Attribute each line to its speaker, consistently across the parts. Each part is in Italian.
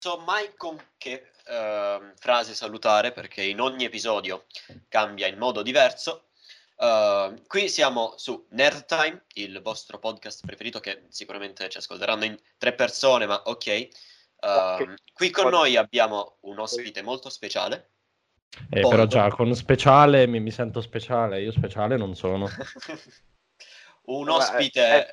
Speaker 1: so mai con che frase salutare, perché in ogni episodio cambia in modo diverso. Qui siamo su Nerd Time, il vostro podcast preferito, che sicuramente ci ascolteranno in 3 persone, ma ok. Qui con noi abbiamo un ospite molto speciale.
Speaker 2: Però
Speaker 1: Poldo.
Speaker 2: già con speciale mi sento speciale, io speciale non sono.
Speaker 1: Un ospite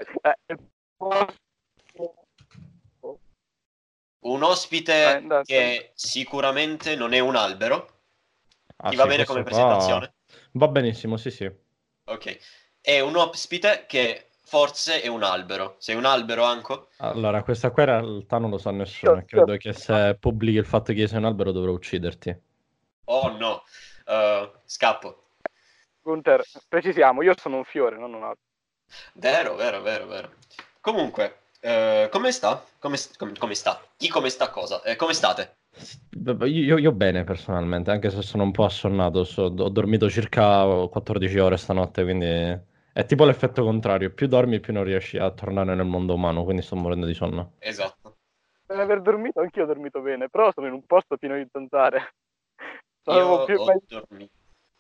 Speaker 1: che sicuramente non è un albero. Ti va
Speaker 2: Sì,
Speaker 1: bene come
Speaker 2: questo qua
Speaker 1: presentazione?
Speaker 2: va benissimo, sì.
Speaker 1: Ok. È un ospite che forse è un albero. Sei un albero, Anco?
Speaker 2: Allora, questa qua in realtà non lo sa nessuno e credo che se pubblichi il fatto che io sia un albero dovrò ucciderti.
Speaker 1: Oh no. Scappo.
Speaker 3: Gunther, precisiamo, io sono un fiore, non un albero.
Speaker 1: Vero. Comunque, come sta? Come sta? Come sta cosa? Come state?
Speaker 2: Io bene personalmente, anche se sono un po' assonnato, ho dormito circa 14 ore stanotte, quindi è tipo l'effetto contrario, più dormi più non riesci a tornare nel mondo umano, quindi sto morendo di sonno.
Speaker 1: Esatto.
Speaker 3: Per aver dormito, anch'io ho dormito bene, però sono in un posto pieno di zanzare.
Speaker 1: Io ho dormito.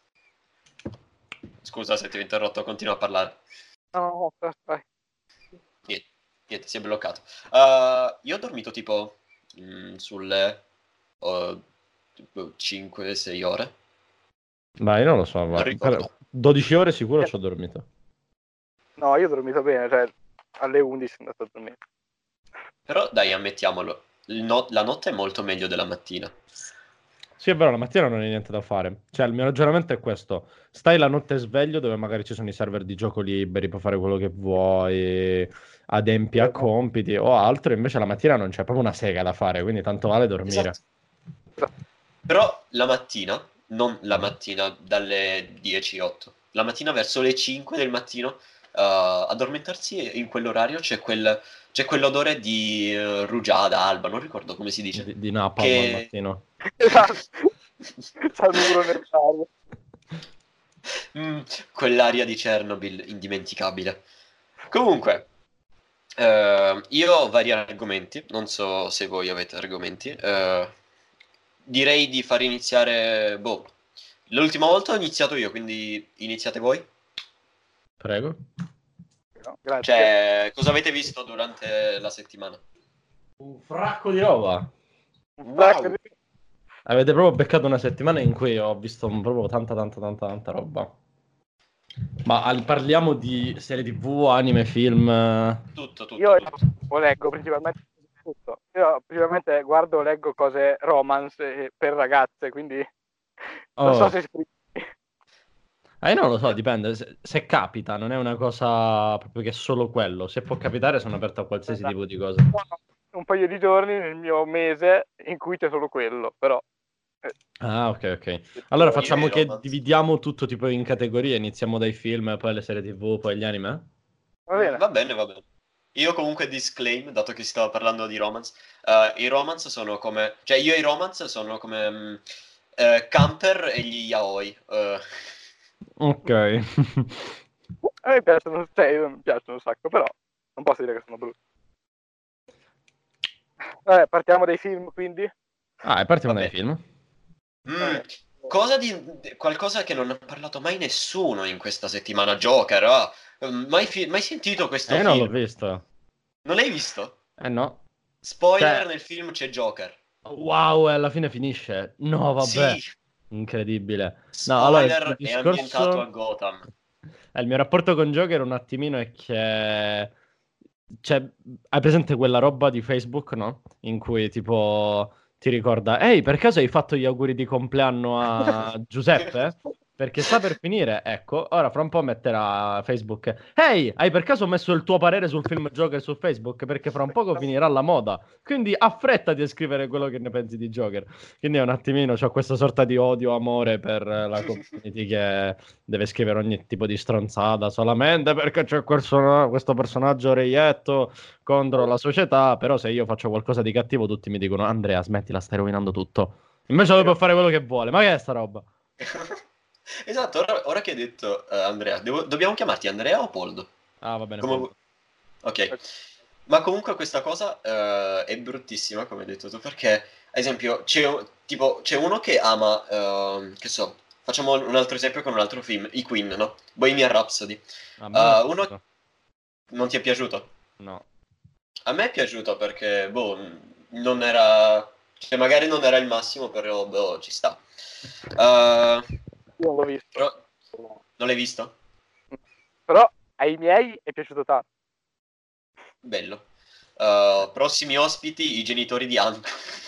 Speaker 1: Scusa se ti ho interrotto, continua a parlare.
Speaker 3: No, vai.
Speaker 1: Niente, si è bloccato. Io ho dormito tipo sulle 5-6 ore.
Speaker 2: Ma io non lo so,
Speaker 1: Non
Speaker 2: ma
Speaker 1: ricordo.
Speaker 2: 12 ore sicuro ci ho dormito.
Speaker 3: No, io ho dormito bene, cioè alle 11 sono andato a dormire.
Speaker 1: Però dai, ammettiamolo, la notte è molto meglio della mattina.
Speaker 2: Sì, è vero, la mattina non hai niente da fare. Cioè, il mio ragionamento è questo. Stai la notte sveglio dove magari ci sono i server di gioco liberi, puoi fare quello che vuoi, adempi a compiti o altro, invece la mattina non c'è proprio una sega da fare, quindi tanto vale dormire.
Speaker 1: Esatto. Però la mattina, non la mattina dalle 10-8, la mattina verso le 5 del mattino, addormentarsi in quell'orario c'è quell'odore di rugiada, alba, non ricordo come si dice.
Speaker 2: Di napalm al mattino.
Speaker 3: Esatto. Cianuro nel aria.
Speaker 1: Quell'aria di Chernobyl indimenticabile. Comunque, io ho vari argomenti, non so se voi avete argomenti. Direi di far iniziare. L'ultima volta ho iniziato io, quindi iniziate voi.
Speaker 2: Prego.
Speaker 3: No, grazie.
Speaker 1: Cioè, cosa avete visto durante la settimana?
Speaker 2: Un fracco di roba.
Speaker 1: Wow!
Speaker 2: Avete proprio beccato una settimana in cui ho visto proprio tanta roba. Ma parliamo di serie TV, anime, film?
Speaker 1: Tutto.
Speaker 3: Io leggo principalmente tutto. Io principalmente guardo, leggo cose romance per ragazze, quindi non so se esprimi.
Speaker 2: Non lo so, dipende. Se capita, non è una cosa proprio che è solo quello. Se può capitare, sono aperto a qualsiasi tipo di cosa.
Speaker 3: Un paio di giorni nel mio mese in cui c'è solo quello, però.
Speaker 2: Ah, ok. Allora facciamo che dividiamo tutto tipo in categorie. Iniziamo dai film, poi le serie TV, poi gli anime.
Speaker 1: Va bene. Io comunque disclaim, dato che si stava parlando di romance, i romance sono come. Cioè, io i romance sono come camper e gli yaoi.
Speaker 2: Ok.
Speaker 3: A me piacciono, mi piacciono un sacco, però non posso dire che sono brutti. Vabbè, partiamo dai film, quindi.
Speaker 2: Partiamo dai film.
Speaker 1: Qualcosa che non ha parlato mai nessuno in questa settimana, Joker. Mai sentito questo film?
Speaker 2: Non l'ho visto.
Speaker 1: Non l'hai visto?
Speaker 2: No.
Speaker 1: Spoiler, nel film c'è Joker.
Speaker 2: Wow, alla fine finisce. No, vabbè.
Speaker 1: Sì.
Speaker 2: Incredibile.
Speaker 1: Spoiler,
Speaker 2: No, allora, il
Speaker 1: è ambientato a
Speaker 2: discorso.
Speaker 1: Gotham.
Speaker 2: Il mio rapporto con Joker un attimino è che. Cioè, hai presente quella roba di Facebook, no? In cui tipo ti ricorda, ehi, per caso hai fatto gli auguri di compleanno a Giuseppe? Perché sta per finire, ecco, ora fra un po' metterà Facebook, ehi, hai per caso messo il tuo parere sul film Joker su Facebook? Perché fra un poco finirà la moda. Quindi affrettati a scrivere quello che ne pensi di Joker. Quindi è un attimino, c'ho questa sorta di odio-amore per la community che deve scrivere ogni tipo di stronzata solamente perché c'è questo personaggio reietto contro la società, però se io faccio qualcosa di cattivo tutti mi dicono Andrea smettila, stai rovinando tutto. Invece lui può fare quello che vuole, ma che è sta roba?
Speaker 1: Esatto, ora che hai detto Andrea, dobbiamo chiamarti Andrea o Poldo?
Speaker 2: Ah, va bene.
Speaker 1: Ok. Ma comunque questa cosa è bruttissima, come hai detto tu, perché, ad esempio, c'è uno che ama, che so, facciamo un altro esempio con un altro film, i Queen, no? Bohemian Rhapsody.
Speaker 2: A me non è
Speaker 1: Uno
Speaker 2: piaciuto.
Speaker 1: non ti è piaciuto?
Speaker 2: No.
Speaker 1: A me è piaciuto perché, boh, non era, cioè magari non era il massimo, però, boh, ci sta.
Speaker 3: Io non l'ho visto.
Speaker 1: Però, non l'hai visto?
Speaker 3: Però ai miei è piaciuto tanto.
Speaker 1: Bello. Prossimi ospiti, i genitori di Anto.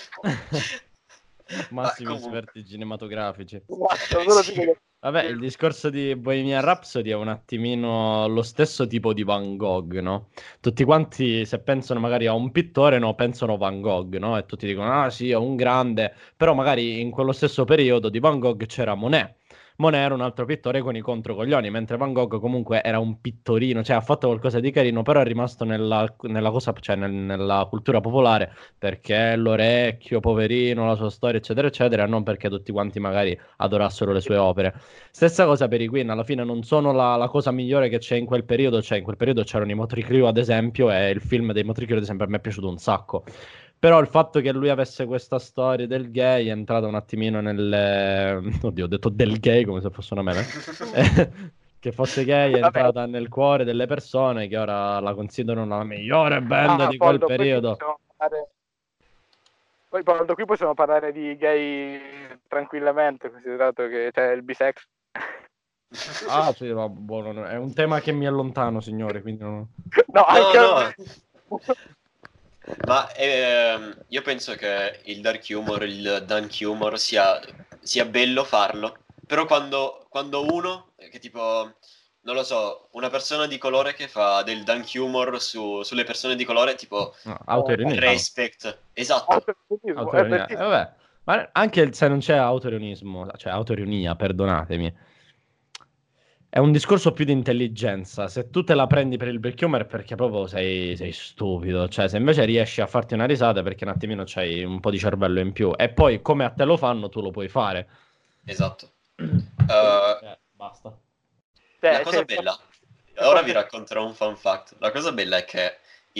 Speaker 1: Ma
Speaker 2: Massimi
Speaker 1: comunque,
Speaker 2: esperti cinematografici.
Speaker 3: Esatto, loro
Speaker 1: sì.
Speaker 3: dicono
Speaker 2: Vabbè, il discorso di Bohemian Rhapsody è un attimino lo stesso tipo di Van Gogh, no? Tutti quanti, se pensano magari a un pittore, no, pensano Van Gogh, no? E tutti dicono, ah sì, è un grande. Però magari in quello stesso periodo di Van Gogh c'era Monet. Monet era un altro pittore con i controcoglioni, mentre Van Gogh comunque era un pittorino, cioè ha fatto qualcosa di carino, però è rimasto nella cosa, cioè nella cultura popolare, perché l'orecchio, poverino, la sua storia, eccetera, eccetera, non perché tutti quanti magari adorassero le sue opere. Stessa cosa per i Queen, alla fine non sono la cosa migliore che c'è in quel periodo, cioè in quel periodo c'erano i Motley Crue ad esempio e il film dei Motley Crue ad esempio a me è piaciuto un sacco. Però il fatto che lui avesse questa storia del gay è entrata un attimino nel... Oddio, ho detto del gay come se fosse una meme. Che fosse gay è
Speaker 3: vabbè,
Speaker 2: entrata nel cuore delle persone che ora la considerano la migliore band di quel
Speaker 3: Poldo, poi qui
Speaker 2: periodo.
Speaker 3: possiamo parlare. Poi Poldo, qui possiamo parlare di gay tranquillamente, considerato che c'è il bisex.
Speaker 2: Ah, sì, va, buono, è un tema che mi è lontano, signore, quindi non...
Speaker 3: No,
Speaker 1: No,
Speaker 3: anche a
Speaker 1: no,
Speaker 3: me.
Speaker 1: ma io penso che il dark humor, il dank humor sia bello farlo, però quando uno, che tipo, non lo so, una persona di colore che fa del dank humor sulle persone di colore, tipo,
Speaker 2: No, autoironia.
Speaker 1: respect, esatto.
Speaker 3: Autolesionismo, è
Speaker 2: Autoironia.
Speaker 3: bellissimo.
Speaker 2: Vabbè, ma anche se non c'è autoironismo, cioè autoironia, perdonatemi. È un discorso più di intelligenza. Se tu te la prendi per il black humor è perché proprio sei stupido. Cioè, se invece riesci a farti una risata è perché un attimino c'hai un po' di cervello in più. E poi, come a te lo fanno, tu lo puoi fare.
Speaker 1: Esatto.
Speaker 2: Basta.
Speaker 1: La
Speaker 3: C'è
Speaker 1: cosa
Speaker 3: il
Speaker 1: bella,
Speaker 3: il
Speaker 1: ora vi
Speaker 3: forte.
Speaker 1: racconterò un fun fact. La cosa bella è che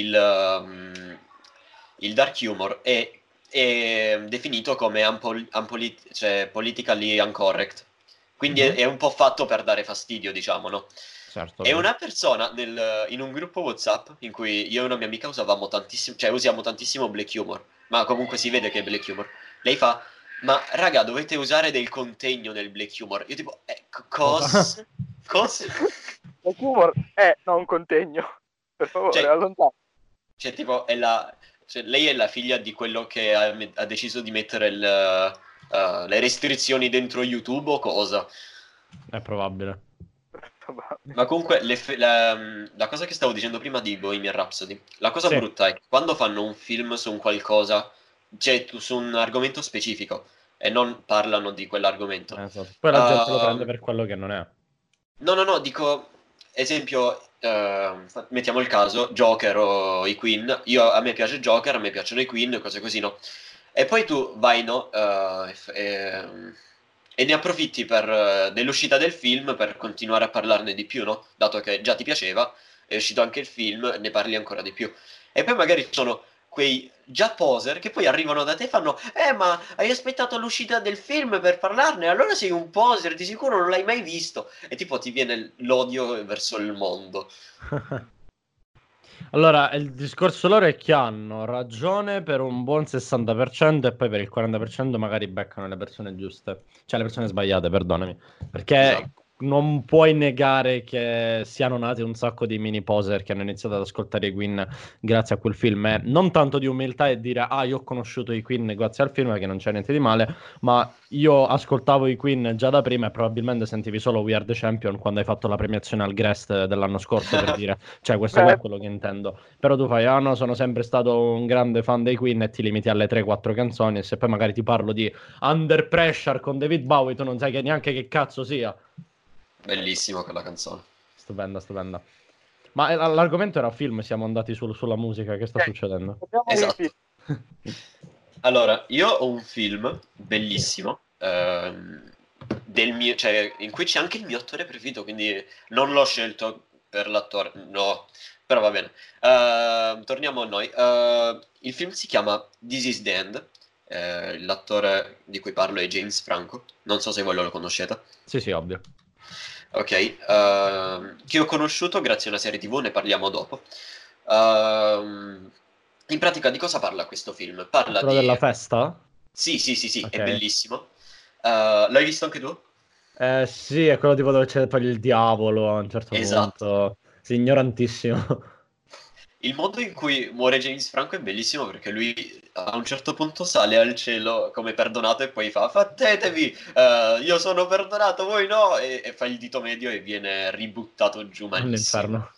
Speaker 1: il dark humor è definito come cioè politically incorrect. Quindi
Speaker 2: Mhm.
Speaker 1: è un po' fatto per dare fastidio, diciamo, no?
Speaker 2: Certo,
Speaker 1: E
Speaker 2: ovvio.
Speaker 1: una persona in un gruppo WhatsApp in cui io e una mia amica usavamo tantissimo, cioè usiamo tantissimo black humor, ma comunque si vede che è black humor. Lei fa, ma raga, dovete usare del contegno nel black humor. Io tipo,
Speaker 2: Cosa?
Speaker 1: cos? Cos?
Speaker 3: Il humor è non contegno. Per favore,
Speaker 1: Cioè,
Speaker 3: allontano.
Speaker 1: cioè, tipo, cioè, lei è la figlia di quello che ha deciso di mettere le restrizioni dentro YouTube o cosa?
Speaker 2: È probabile.
Speaker 1: Ma comunque, la cosa che stavo dicendo prima di Bohemian Rhapsody, la cosa
Speaker 2: Sì,
Speaker 1: brutta è che quando fanno un film su un qualcosa, cioè su un argomento specifico, e non parlano di quell'argomento.
Speaker 2: esatto. Poi la gente lo prende per quello che non è.
Speaker 1: No, no, no, dico, esempio, mettiamo il caso, Joker o i Queen, a me piace Joker, a me piacciono i Queen, cose così, no? E poi tu vai, no, e ne approfitti dell'uscita del film per continuare a parlarne di più, no? Dato che già ti piaceva, è uscito anche il film, ne parli ancora di più. E poi magari ci sono quei già poser che poi arrivano da te e fanno ma hai aspettato l'uscita del film per parlarne? Allora sei un poser, di sicuro non l'hai mai visto. E tipo ti viene l'odio verso il mondo.
Speaker 2: Allora, il discorso loro è che hanno ragione per un buon 60% e poi per il 40% magari beccano le persone giuste, cioè le persone sbagliate, perdonami, perché
Speaker 1: Esatto.
Speaker 2: non puoi negare che siano nati un sacco di mini poser che hanno iniziato ad ascoltare i Queen grazie a quel film, non tanto di umiltà e dire ah io ho conosciuto i Queen grazie al film, che non c'è niente di male, ma io ascoltavo i Queen già da prima e probabilmente sentivi solo We Are the Champion quando hai fatto la premiazione al Grest dell'anno scorso per dire, cioè questo qua è quello che intendo. Però tu fai, ah no, sono sempre stato un grande fan dei Queen e ti limiti alle 3-4 canzoni e se poi magari ti parlo di Under Pressure con David Bowie, tu non sai neanche che cazzo sia.
Speaker 1: Bellissima quella canzone.
Speaker 2: Stupenda, stupenda. Ma l'argomento era film, siamo andati sulla musica, che sta
Speaker 3: Ok,
Speaker 2: succedendo?
Speaker 3: torniamo ai film.
Speaker 1: Esatto. Allora, io ho un film bellissimo, cioè, in cui c'è anche il mio attore preferito, quindi non l'ho scelto per l'attore, no, Però va bene. Torniamo a noi. Il film si chiama This is the End. L'attore di cui parlo è James Franco. Non so se voi lo conoscete.
Speaker 2: Sì, sì, ovvio.
Speaker 1: Ok, che ho conosciuto grazie a una serie TV, ne parliamo dopo. In pratica di cosa parla questo film? Parla
Speaker 2: Quello della
Speaker 1: di...
Speaker 2: festa?
Speaker 1: Sì, sì, sì, sì, è
Speaker 2: Ok.
Speaker 1: bellissimo. L'hai visto anche tu?
Speaker 2: Sì, è quello tipo dove c'è poi il diavolo a un certo
Speaker 1: Esatto.
Speaker 2: punto. Sì, ignorantissimo.
Speaker 1: Il modo in cui muore James Franco è bellissimo perché lui a un certo punto sale al cielo come perdonato e poi fa fattetevi, io sono perdonato, voi no, e fa il dito medio e viene ributtato giù malissimo.
Speaker 2: All'inferno.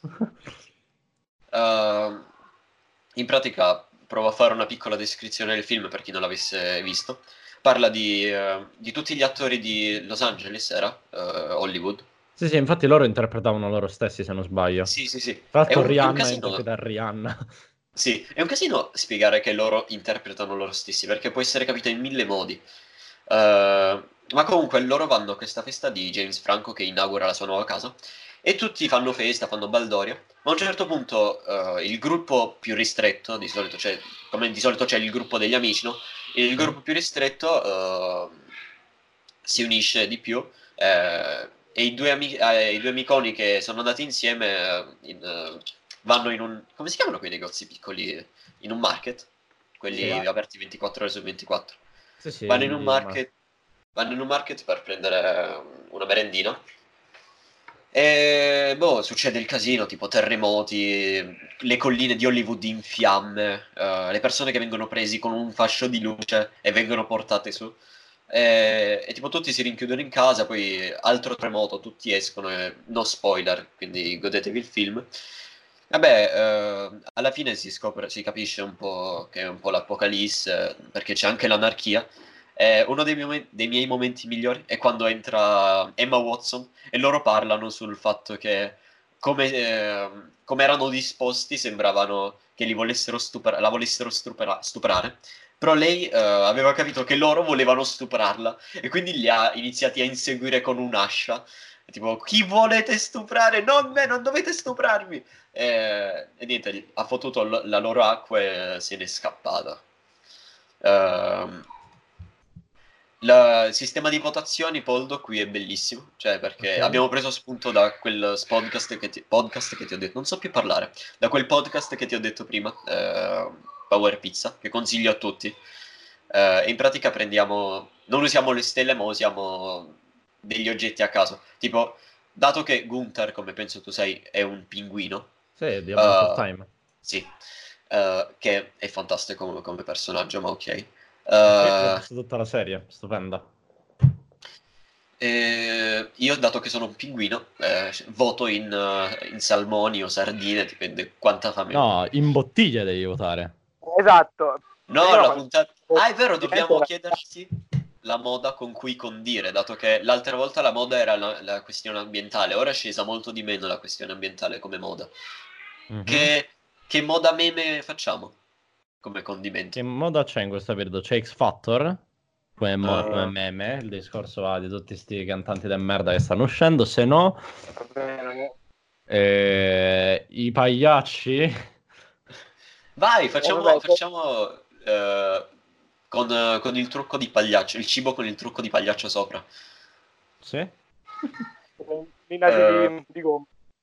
Speaker 1: Uh, In pratica provo a fare una piccola descrizione del film per chi non l'avesse visto. Parla di tutti gli attori di Los Angeles, era? Hollywood.
Speaker 2: Sì, sì, infatti loro interpretavano loro stessi, se non sbaglio.
Speaker 1: Sì, sì, sì.
Speaker 2: Tra
Speaker 1: È
Speaker 2: l'altro
Speaker 1: un
Speaker 2: Rihanna
Speaker 1: casino.
Speaker 2: interpreta Rihanna.
Speaker 1: Sì, è un casino spiegare che loro interpretano loro stessi, perché può essere capito in mille modi. Ma comunque loro vanno a questa festa di James Franco che inaugura la sua nuova casa e tutti fanno festa, fanno baldoria, ma a un certo punto il gruppo più ristretto, di solito c'è, come di solito c'è il gruppo degli amici, no? Il
Speaker 2: Sì.
Speaker 1: gruppo più ristretto si unisce di più e i due amiconi che sono andati insieme vanno in un... come si chiamano quei negozi piccoli? In un market?
Speaker 2: Sì.
Speaker 1: Quelli aperti 24 ore su 24.
Speaker 2: Sì, sì,
Speaker 1: Vanno in un market, vanno in un market per prendere una merendina. E boh, succede il casino, tipo terremoti, le colline di Hollywood in fiamme, le persone che vengono presi con un fascio di luce e vengono portate su. E tipo tutti si rinchiudono in casa, poi altro terremoto, tutti escono e no spoiler, quindi godetevi il film. Vabbè, alla fine si scopre, si capisce un po' che è un po' l'apocalisse, perché c'è anche l'anarchia. Uno dei miei momenti migliori è quando entra Emma Watson e loro parlano sul fatto che come erano disposti sembravano che li volessero la volessero stuprare, però lei aveva capito che loro volevano stuprarla e quindi li ha iniziati a inseguire con un'ascia. Tipo, chi volete stuprare? Non me, non dovete stuprarmi! E niente, ha fottuto la loro acqua e se n'è scappata. Ehm, il sistema di votazioni, Poldo, qui è bellissimo, cioè perché
Speaker 2: Ok.
Speaker 1: abbiamo preso spunto da quel podcast che ti ho detto, non so più parlare, da quel podcast che ti ho detto prima, Power Pizza, che consiglio a tutti. In pratica prendiamo, non usiamo le stelle, ma usiamo degli oggetti a caso. Tipo, dato che Gunther, come penso tu sai, è un pinguino,
Speaker 2: Sì, di Adventure
Speaker 1: eh,
Speaker 2: Time.
Speaker 1: sì, che è fantastico come personaggio, ma ok.
Speaker 2: Sì, io ho visto tutta la serie, stupenda.
Speaker 1: Io, dato che sono un pinguino, voto in salmoni o sardine, dipende quanta fame ho.
Speaker 2: No, in bottiglia devi votare.
Speaker 3: Esatto.
Speaker 1: No,
Speaker 3: Prima
Speaker 1: la
Speaker 3: quando
Speaker 1: puntata... Ah, è vero,
Speaker 3: praticamente
Speaker 1: dobbiamo
Speaker 3: era...
Speaker 1: chiederci la moda con cui condire, dato che l'altra volta la moda era la questione ambientale, ora è scesa molto di meno la questione ambientale come moda.
Speaker 2: Mhm.
Speaker 1: Che, che moda meme facciamo come condimento?
Speaker 2: Che moda c'è in questo periodo? C'è X Factor, come
Speaker 1: Eh,
Speaker 2: meme, il discorso va di tutti sti cantanti de merda che stanno uscendo, se no,
Speaker 3: va bene,
Speaker 2: i pagliacci,
Speaker 1: Vai,
Speaker 3: vabbè,
Speaker 1: facciamo con il trucco di pagliaccio, il cibo con il trucco di pagliaccio sopra.
Speaker 2: sì?
Speaker 3: minaggi
Speaker 1: Eh,
Speaker 3: di gomma.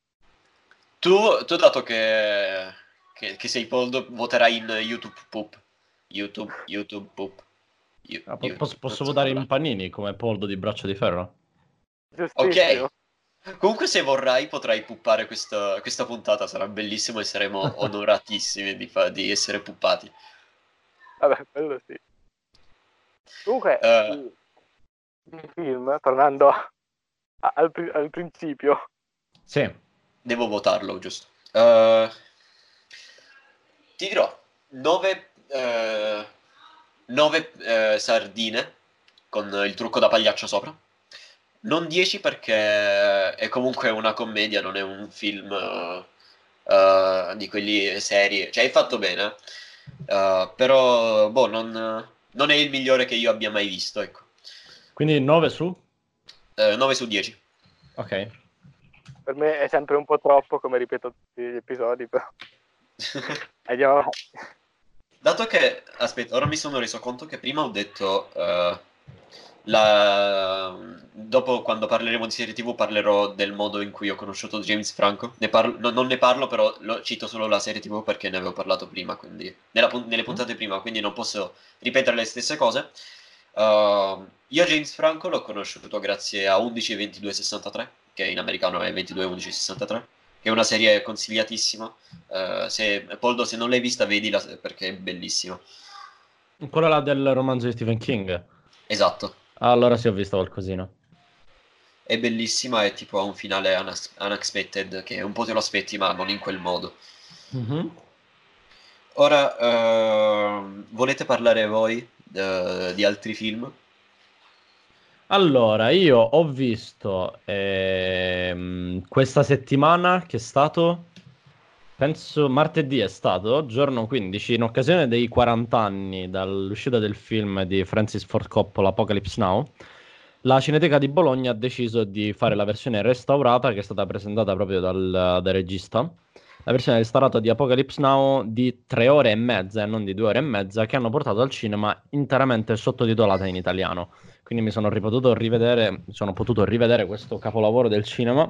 Speaker 1: tu dato che sei poldo, voterai in YouTube Poop. YouTube Poop.
Speaker 2: Ah,
Speaker 1: YouTube, non
Speaker 2: posso
Speaker 1: so
Speaker 2: votare in
Speaker 1: parlare.
Speaker 2: panini come poldo di braccio di ferro?
Speaker 1: Ok.
Speaker 3: Giustissimo.
Speaker 1: Comunque se vorrai potrai puppare questa puntata, sarà bellissimo e saremo onoratissimi di essere puppati.
Speaker 3: Vabbè, quello sì. Comunque,
Speaker 1: Eh,
Speaker 3: il film, tornando al principio,
Speaker 2: Sì,
Speaker 1: Devo votarlo, giusto? Ti dirò 9 sardine con il trucco da pagliaccio sopra. Non 10 perché è comunque una commedia, non è un film di quelli seri. Cioè, hai fatto bene, però boh, non è il migliore che io abbia mai visto, ecco.
Speaker 2: quindi 9 su?
Speaker 1: 9 su 10.
Speaker 2: Ok.
Speaker 3: Per me è sempre un po' troppo, come ripeto tutti gli episodi, però. Andiamo avanti.
Speaker 1: Dato che, aspetta, ora mi sono reso conto che prima ho detto, dopo quando parleremo di serie TV parlerò del modo in cui ho conosciuto James Franco. Non ne parlo, però cito solo la serie TV perché ne avevo parlato prima, quindi nelle puntate prima, quindi non posso ripetere le stesse cose. Io James Franco l'ho conosciuto grazie a 11 22 63, che in americano è 22 11 63, che è una serie consigliatissima. Poldo, se non l'hai vista, vedila perché è bellissima.
Speaker 2: Quello là del romanzo di Stephen King.
Speaker 1: Esatto,
Speaker 2: Allora sì, ho visto qualcosina.
Speaker 1: è bellissima e tipo ha un finale unexpected che un po' te lo aspetti, ma non in quel modo.
Speaker 2: Mhm.
Speaker 1: Ora, volete parlare voi di altri film?
Speaker 2: Allora, io ho visto questa settimana che è stato, penso martedì è stato, giorno 15, in occasione dei 40 anni dall'uscita del film di Francis Ford Coppola, Apocalypse Now, la Cineteca di Bologna ha deciso di fare la versione restaurata che è stata presentata proprio dal regista. La versione restaurata di Apocalypse Now di 3 ore e mezza e non di 2 ore e mezza, che hanno portato al cinema interamente sottotitolata in italiano. Quindi mi sono potuto rivedere questo capolavoro del cinema.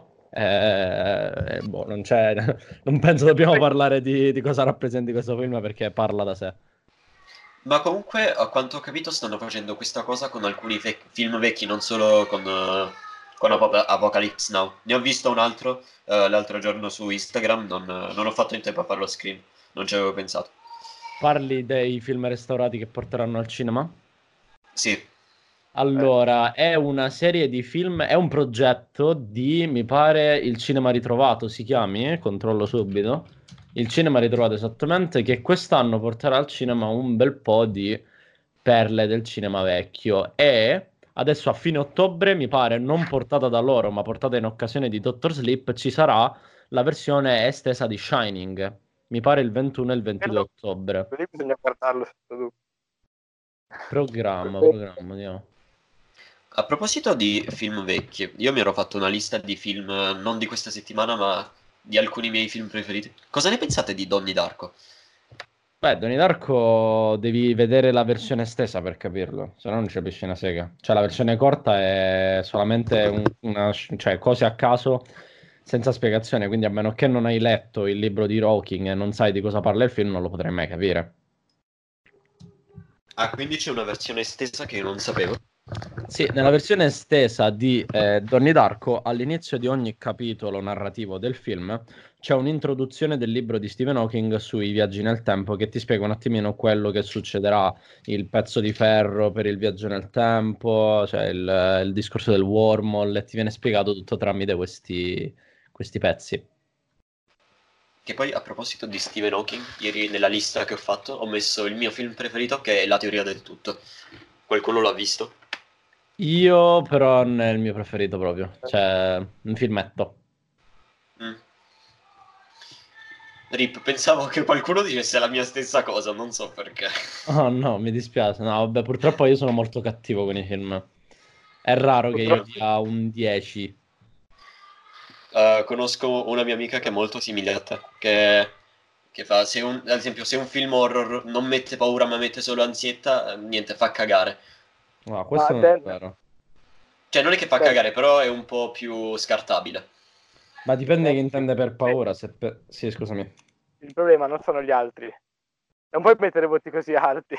Speaker 2: Boh, non penso dobbiamo parlare di cosa rappresenti questo film perché parla da sé.
Speaker 1: Ma comunque, a quanto ho capito, stanno facendo questa cosa con alcuni film vecchi, non solo con Apocalypse Now. Ne ho visto un altro l'altro giorno su Instagram, non ho fatto in tempo a farlo screen, non ci avevo pensato.
Speaker 2: Parli dei film restaurati che porteranno al cinema?
Speaker 1: Sì,
Speaker 2: Allora, è una serie di film, è un progetto di, mi pare, Il Cinema Ritrovato si chiami, controllo subito. Il Cinema Ritrovato esattamente, che quest'anno porterà al cinema un bel po' di perle del cinema vecchio. E adesso a fine ottobre, mi pare, non portata da loro, ma portata in occasione di Doctor Sleep, ci sarà la versione estesa di Shining. Mi pare il 21 e il 22
Speaker 3: Quello,
Speaker 2: ottobre.
Speaker 3: lì bisogna guardarlo senza dubbio.
Speaker 2: Programma, andiamo.
Speaker 1: a proposito di film vecchi, io mi ero fatto una lista di film non di questa settimana, ma di alcuni miei film preferiti. Cosa ne pensate di Donnie Darko?
Speaker 2: Beh, Donnie Darko devi vedere la versione estesa per capirlo, se no non ci capisci una sega. Cioè, la versione corta è solamente cioè, cose a caso senza spiegazione, quindi a meno che non hai letto il libro di Rowking e non sai di cosa parla il film, non lo potrai mai capire.
Speaker 1: Ah, quindi c'è una versione estesa che io non sapevo.
Speaker 2: Sì, nella versione estesa di Donnie Darko, all'inizio di ogni capitolo narrativo del film c'è un'introduzione del libro di Stephen Hawking sui viaggi nel tempo che ti spiega un attimino quello che succederà, il pezzo di ferro per il viaggio nel tempo, cioè il discorso del wormhole, e ti viene spiegato tutto tramite questi pezzi.
Speaker 1: Che poi a proposito di Stephen Hawking, ieri nella lista che ho fatto ho messo il mio film preferito che è La teoria del tutto. Qualcuno l'ha visto?
Speaker 2: Io però non è il mio preferito proprio, cioè un filmetto.
Speaker 1: Mm. Rip, pensavo che qualcuno dicesse la mia stessa cosa, non so perché.
Speaker 2: Oh no, mi dispiace. No, vabbè, purtroppo io sono molto cattivo con i film. È raro che io
Speaker 3: Purtroppo
Speaker 2: dia un 10.
Speaker 1: Conosco una mia amica che è molto simile a te, che fa, ad esempio, se un film horror non mette paura ma mette solo ansietta, niente, fa cagare.
Speaker 2: No,
Speaker 3: ma
Speaker 2: questo non è vero.
Speaker 1: Cioè, non è che fa
Speaker 3: beh,
Speaker 1: cagare, però è un po' più scartabile.
Speaker 2: Ma dipende che
Speaker 3: il
Speaker 2: intende per paura. Sì, scusami.
Speaker 3: il problema non sono gli altri. Non puoi mettere voti così alti.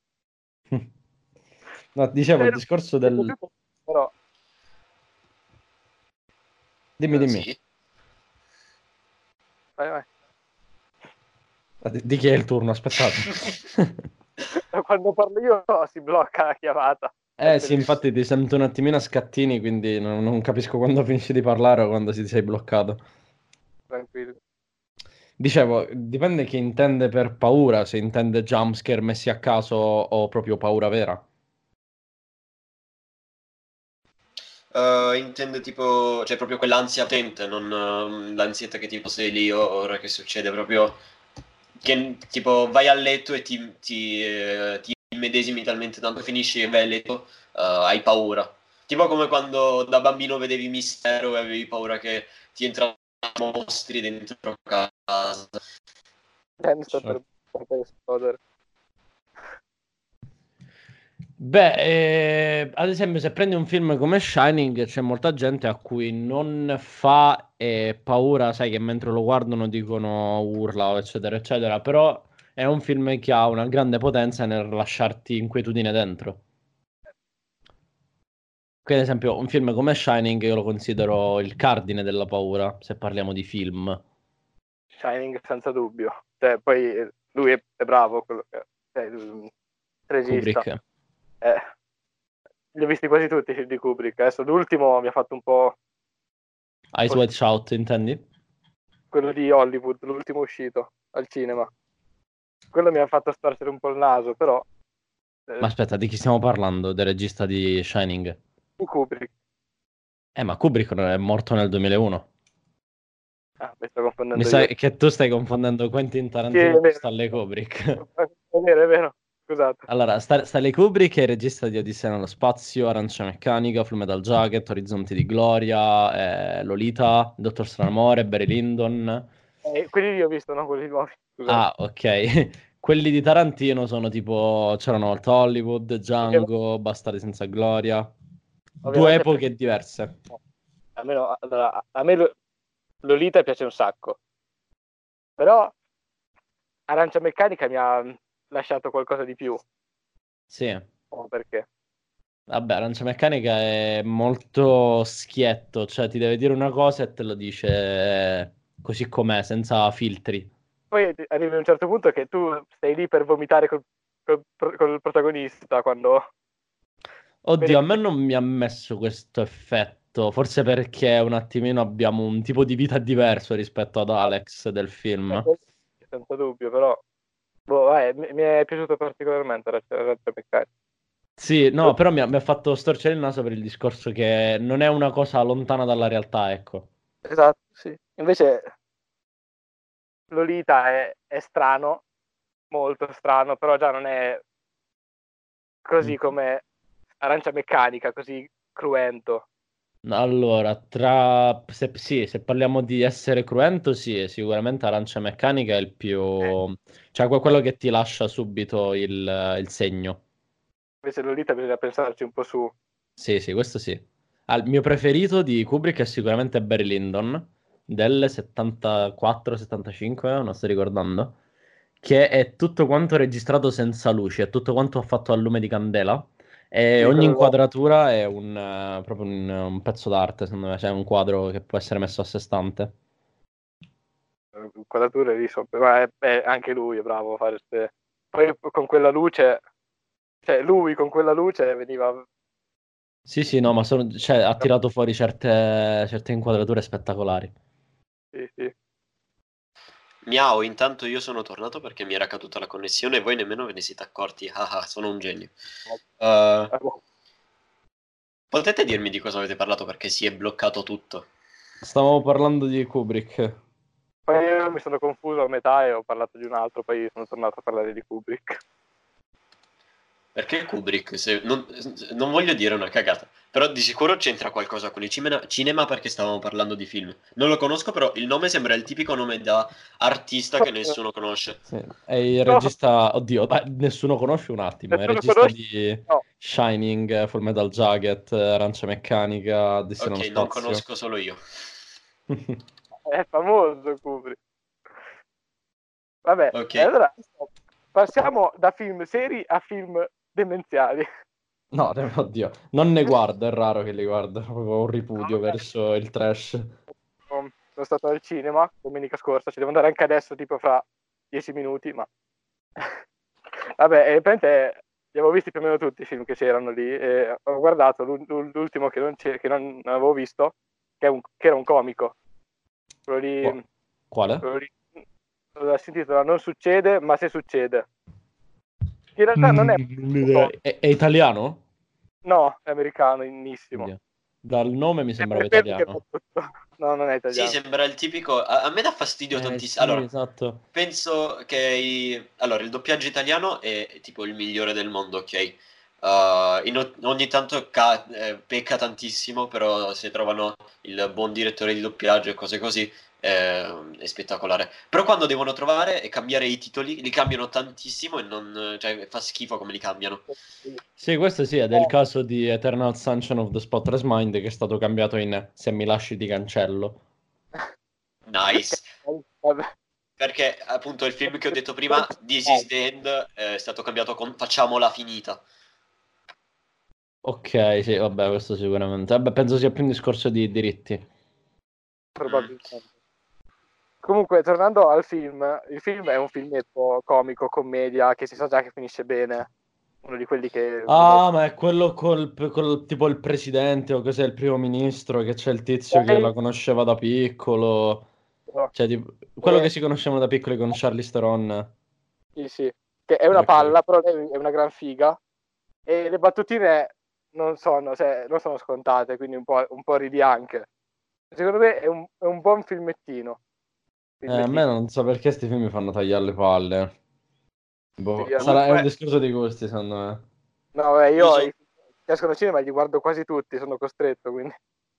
Speaker 2: No, dicevo il discorso del...
Speaker 3: Però,
Speaker 2: Dimmi, dimmi.
Speaker 1: Sì.
Speaker 3: vai.
Speaker 2: Di chi è il turno? Aspettate.
Speaker 3: Quando parlo io si blocca la chiamata. È
Speaker 2: Sì,
Speaker 3: bellissimo.
Speaker 2: infatti ti sento un attimino a scattini, quindi non capisco quando finisci di parlare o quando si sei bloccato.
Speaker 3: Tranquillo.
Speaker 2: Dicevo, dipende chi intende per paura, se intende jumpscare messi a caso o proprio paura vera.
Speaker 1: Intende tipo, cioè proprio quell'ansia potente, non l'ansietta che tipo sei lì ora che succede, proprio che tipo vai a letto e ti immedesimi talmente tanto, finisci e vai a letto, hai paura. Tipo come quando da bambino vedevi Mistero e avevi paura che ti entrano mostri dentro casa.
Speaker 3: Mi sto per esplodere.
Speaker 2: Beh, ad esempio, se prendi un film come Shining, c'è molta gente a cui non fa paura, sai, che mentre lo guardano dicono urla, eccetera, eccetera, però è un film che ha una grande potenza nel lasciarti inquietudine dentro. Quindi, ad esempio, un film come Shining io lo considero il cardine della paura, se parliamo di film.
Speaker 3: Shining senza dubbio. Cioè, poi lui è bravo, quello che il regista.
Speaker 2: Kubrick.
Speaker 3: Li ho visti quasi tutti i film di Kubrick. Adesso l'ultimo mi ha fatto un po'...
Speaker 2: Eyes Wide Shut, intendi?
Speaker 3: Quello di Hollywood, l'ultimo uscito al cinema. Quello mi ha fatto storcere un po' il naso, però...
Speaker 2: Ma aspetta, di chi stiamo parlando? Del regista di Shining?
Speaker 3: Di Kubrick.
Speaker 2: Ma Kubrick non è morto nel 2001.
Speaker 3: Mi sto confondendo
Speaker 2: Mi sa
Speaker 3: io.
Speaker 2: che tu stai confondendo Quentin
Speaker 3: Sì,
Speaker 2: Tarantino
Speaker 3: è
Speaker 2: con
Speaker 3: vero.
Speaker 2: Stanley Kubrick.
Speaker 3: È vero. Scusate.
Speaker 2: Allora, Stanley Kubrick è il regista di Odissea nello spazio, Arancia Meccanica, Full Metal Jacket, Orizzonti di Gloria, Lolita, Dottor Stranamore, Barry Lyndon.
Speaker 3: Quelli lì ho visto, no? Quelli nuovi. Scusate.
Speaker 2: Ah, ok. Quelli di Tarantino sono tipo C'era una volta Hollywood, Django, Bastardi senza gloria. Due
Speaker 3: Ovviamente
Speaker 2: epoche diverse.
Speaker 3: almeno allora, a me Lolita piace un sacco, però Arancia Meccanica mi ha lasciato qualcosa di più.
Speaker 2: Sì.
Speaker 3: Oh, perché?
Speaker 2: Vabbè, Arancia Meccanica è molto schietto, cioè ti deve dire una cosa e te lo dice così com'è, senza filtri.
Speaker 3: Poi arrivi a un certo punto che tu stai lì per vomitare col protagonista quando...
Speaker 2: Oddio, a me non mi ha messo questo effetto, forse perché un attimino abbiamo un tipo di vita diverso rispetto ad Alex del film.
Speaker 3: Senza dubbio, però mi è piaciuto particolarmente Arancia Meccanica.
Speaker 2: Sì, no, però mi ha fatto storcere il naso per il discorso che non è una cosa lontana dalla realtà, ecco.
Speaker 3: Esatto, sì. Invece Lolita è strano, molto strano, però già non è così come Arancia Meccanica, così cruento.
Speaker 2: Allora, se parliamo di essere cruento, sì, sicuramente Arancia Meccanica è il più... cioè quello che ti lascia subito il segno.
Speaker 3: Invece Lolita bisogna pensarci un po' su.
Speaker 2: Sì, sì, questo sì. Il mio preferito di Kubrick è sicuramente Barry Lyndon, del 74-75, non sto ricordando, che è tutto quanto registrato senza luci, è tutto quanto fatto a lume di candela, e
Speaker 3: Sì,
Speaker 2: ogni
Speaker 3: quello là.
Speaker 2: inquadratura è proprio un pezzo d'arte, secondo me, cioè un quadro che può essere messo a sé stante.
Speaker 3: Inquadrature lì ma anche lui è bravo a fare queste... Poi con quella luce, cioè lui con quella luce veniva...
Speaker 2: Sì, sì, no, ma cioè, ha tirato fuori certe inquadrature spettacolari.
Speaker 3: Sì.
Speaker 1: Miau, intanto io sono tornato perché mi era caduta la connessione e voi nemmeno ve ne siete accorti. Ah, sono un genio. Potete dirmi di cosa avete parlato perché si è bloccato tutto?
Speaker 2: Stavamo parlando di Kubrick.
Speaker 3: Poi io mi sono confuso a metà e ho parlato di un altro, poi sono tornato a parlare di Kubrick.
Speaker 1: Perché Kubrick, non voglio dire una cagata, però di sicuro c'entra qualcosa con il cinema perché stavamo parlando di film. Non lo conosco, però il nome sembra il tipico nome da artista che nessuno conosce.
Speaker 2: Sì. È il
Speaker 3: No,
Speaker 2: regista, oddio, nessuno conosce un attimo, è il
Speaker 3: nessuno
Speaker 2: regista
Speaker 3: conosce?
Speaker 2: di
Speaker 3: No,
Speaker 2: Shining, Full Metal Jacket, Arancia Meccanica, Odissea
Speaker 1: Ok,
Speaker 2: nello
Speaker 1: non
Speaker 2: spazio.
Speaker 1: conosco solo io.
Speaker 3: è famoso Kubrick. Vabbè,
Speaker 1: Ok,
Speaker 3: allora passiamo da film seri a film demenziali.
Speaker 2: No, oddio, non ne guardo, è raro che li guardo, proprio un ripudio verso il trash.
Speaker 3: Sono stato al cinema domenica scorsa, ci devo andare anche adesso, tipo fra 10 minuti, ma... Vabbè, praticamente li avevo visti più o meno tutti i film che c'erano lì e ho guardato l'ultimo che non avevo visto, che era un comico. Quello lì,
Speaker 2: Quale?
Speaker 3: quello lì si intitola Non succede, ma se succede. In realtà non è...
Speaker 2: È italiano?
Speaker 3: No, è americanissimo.
Speaker 2: Oddio. Dal nome mi
Speaker 3: È
Speaker 2: sembrava
Speaker 3: per quello che
Speaker 2: italiano.
Speaker 3: fa tutto. No, non è
Speaker 1: sì,
Speaker 3: italiano.
Speaker 1: sembra il tipico... A me dà fastidio tantissimo.
Speaker 2: Sì,
Speaker 1: Allora,
Speaker 2: esatto.
Speaker 1: penso che allora, il doppiaggio italiano è tipo il migliore del mondo, ok? Ogni tanto pecca tantissimo, però se trovano il buon direttore di doppiaggio e cose così, è spettacolare. Però quando devono trovare e cambiare i titoli, li cambiano tantissimo e cioè, fa schifo come li cambiano.
Speaker 2: Sì, questo sì, ed è il caso di Eternal Sunshine of the Spotless Mind che è stato cambiato in Se mi lasci ti cancello.
Speaker 1: Nice.
Speaker 3: Vabbè.
Speaker 1: Perché appunto il film che ho detto prima, This is the End, è stato cambiato con Facciamola finita.
Speaker 2: Ok, sì, vabbè, questo sicuramente. Vabbè, penso sia più un discorso di diritti.
Speaker 3: Probabilmente. Comunque, tornando al film, il film è un filmetto comico, commedia, che si sa già che finisce bene. Uno di quelli che...
Speaker 2: Ah, ma è quello col tipo il presidente o cos'è il primo ministro, che c'è il tizio che la conosceva da piccolo. Cioè, quello che si conoscevano da piccoli con Charlize Theron.
Speaker 3: Sì, sì, che è una
Speaker 2: Ok.
Speaker 3: palla, però lei è una gran figa. E le battutine non sono scontate, quindi un po' ridi anche. Secondo me è un buon filmettino.
Speaker 2: A me
Speaker 3: Filmettino.
Speaker 2: non so perché questi film mi fanno tagliare le palle.
Speaker 3: Sì,
Speaker 2: Boh, è un
Speaker 1: Comunque,
Speaker 2: discorso di gusti, secondo me.
Speaker 3: no, vabbè, io
Speaker 1: uso...
Speaker 3: i film che escono al cinema li guardo quasi tutti, sono costretto, quindi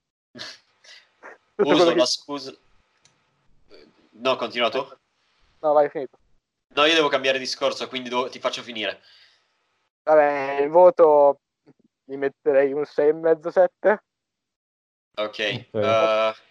Speaker 3: tutto quello
Speaker 1: Uso
Speaker 3: che...
Speaker 1: la scusa... No, continua tu?
Speaker 3: No, vai, finito.
Speaker 1: No, io devo cambiare discorso, quindi ti faccio finire.
Speaker 3: Vabbè, il voto gli metterei un 6,5, 7.
Speaker 1: Ok.
Speaker 2: Ok.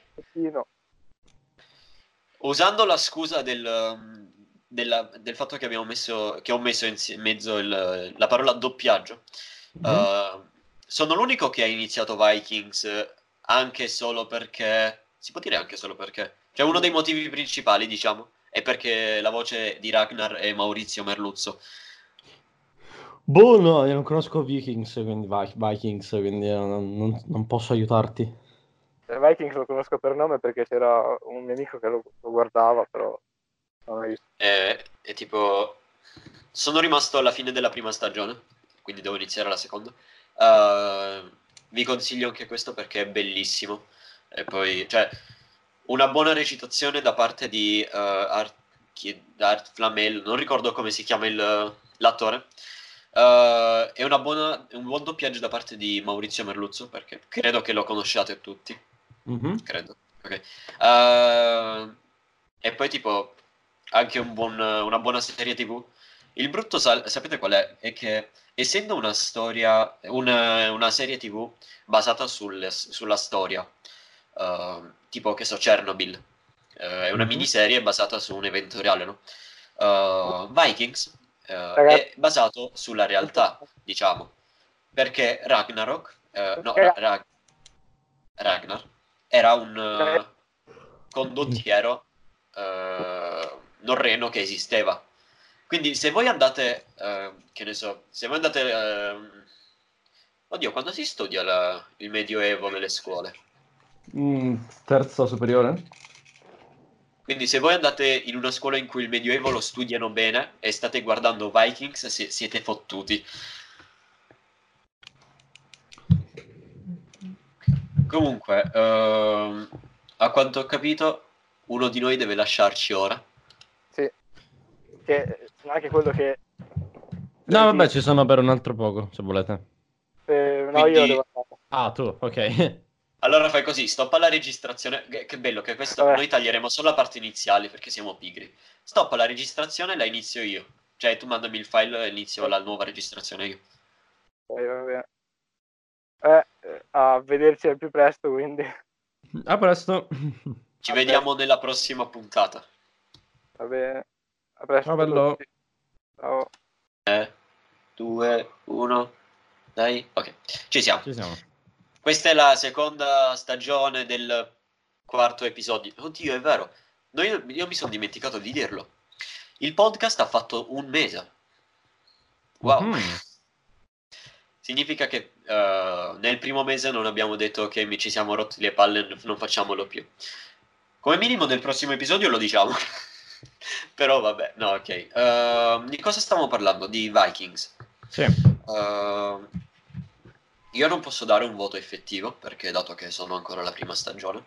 Speaker 1: Usando la scusa del fatto che che ho messo in mezzo la parola doppiaggio,
Speaker 2: Mhm.
Speaker 1: sono l'unico che ha iniziato Vikings anche solo perché, si può dire anche solo perché, cioè uno dei motivi principali, diciamo, è perché la voce di Ragnar è Maurizio Merluzzo.
Speaker 2: Boh, no, io non conosco Vikings, quindi Vikings, quindi non posso aiutarti.
Speaker 3: Vikings lo conosco per nome perché c'era un mio amico che lo guardava, però non l'ho visto.
Speaker 1: E tipo, sono rimasto alla fine della prima stagione, quindi devo iniziare la seconda. Vi consiglio anche questo perché è bellissimo. E poi, cioè, una buona recitazione da parte di Art Flamel, non ricordo come si chiama l'attore. E un buon doppiaggio da parte di Maurizio Merluzzo, perché credo che lo conosciate tutti.
Speaker 2: Mhm.
Speaker 1: Credo. Ok. E poi tipo anche una buona serie TV. Il brutto, sapete qual è? È che essendo una storia, una serie TV basata sulla storia, tipo che so, Chernobyl, è una
Speaker 2: Mhm.
Speaker 1: miniserie basata su un evento reale, no? Vikings,
Speaker 3: Ragazzi,
Speaker 1: è basato sulla realtà, diciamo, perché Ragnarok, no, Ragnar, era un condottiero norreno che esisteva. Quindi se voi andate, che ne so, se voi andate... oddio, quando si studia il Medioevo nelle scuole?
Speaker 2: Terza superiore?
Speaker 1: Quindi se voi andate in una scuola in cui il Medioevo lo studiano bene e state guardando Vikings, siete fottuti. Comunque, a quanto ho capito, uno di noi deve lasciarci ora.
Speaker 3: sì, che anche quello che...
Speaker 2: No, vabbè,
Speaker 3: Senti,
Speaker 2: ci sono per un altro poco, se volete.
Speaker 3: no, io
Speaker 1: Quindi,
Speaker 3: devo andare.
Speaker 2: Ah, tu, ok.
Speaker 1: allora fai così, stoppa la registrazione. Che bello che questo
Speaker 3: Vabbè,
Speaker 1: noi taglieremo solo la parte iniziale perché siamo pigri. Stoppa la registrazione e la inizio io. Cioè, tu mandami il file e inizio la nuova registrazione io.
Speaker 3: va bene. A vederci al più presto, quindi
Speaker 2: A presto.
Speaker 1: Ci
Speaker 3: a presto.
Speaker 1: vediamo nella prossima puntata.
Speaker 3: Va bene, a
Speaker 2: Ciao,
Speaker 3: presto a
Speaker 2: bello.
Speaker 3: tutti. Ciao.
Speaker 1: 2, 1, dai. Ok, ci siamo.
Speaker 2: Ci siamo.
Speaker 1: Questa è la seconda stagione del quarto episodio. Oddio, è vero. Io mi sono dimenticato di dirlo. Il podcast ha fatto un mese. Wow.
Speaker 2: Mhm.
Speaker 1: Significa che nel primo mese non abbiamo detto che ci siamo rotti le palle e non facciamolo più. Come minimo nel prossimo episodio lo diciamo. Però vabbè, no, ok. Di cosa stiamo parlando? Di Vikings.
Speaker 2: Sì.
Speaker 1: Io non posso dare un voto effettivo, perché dato che sono ancora alla prima stagione.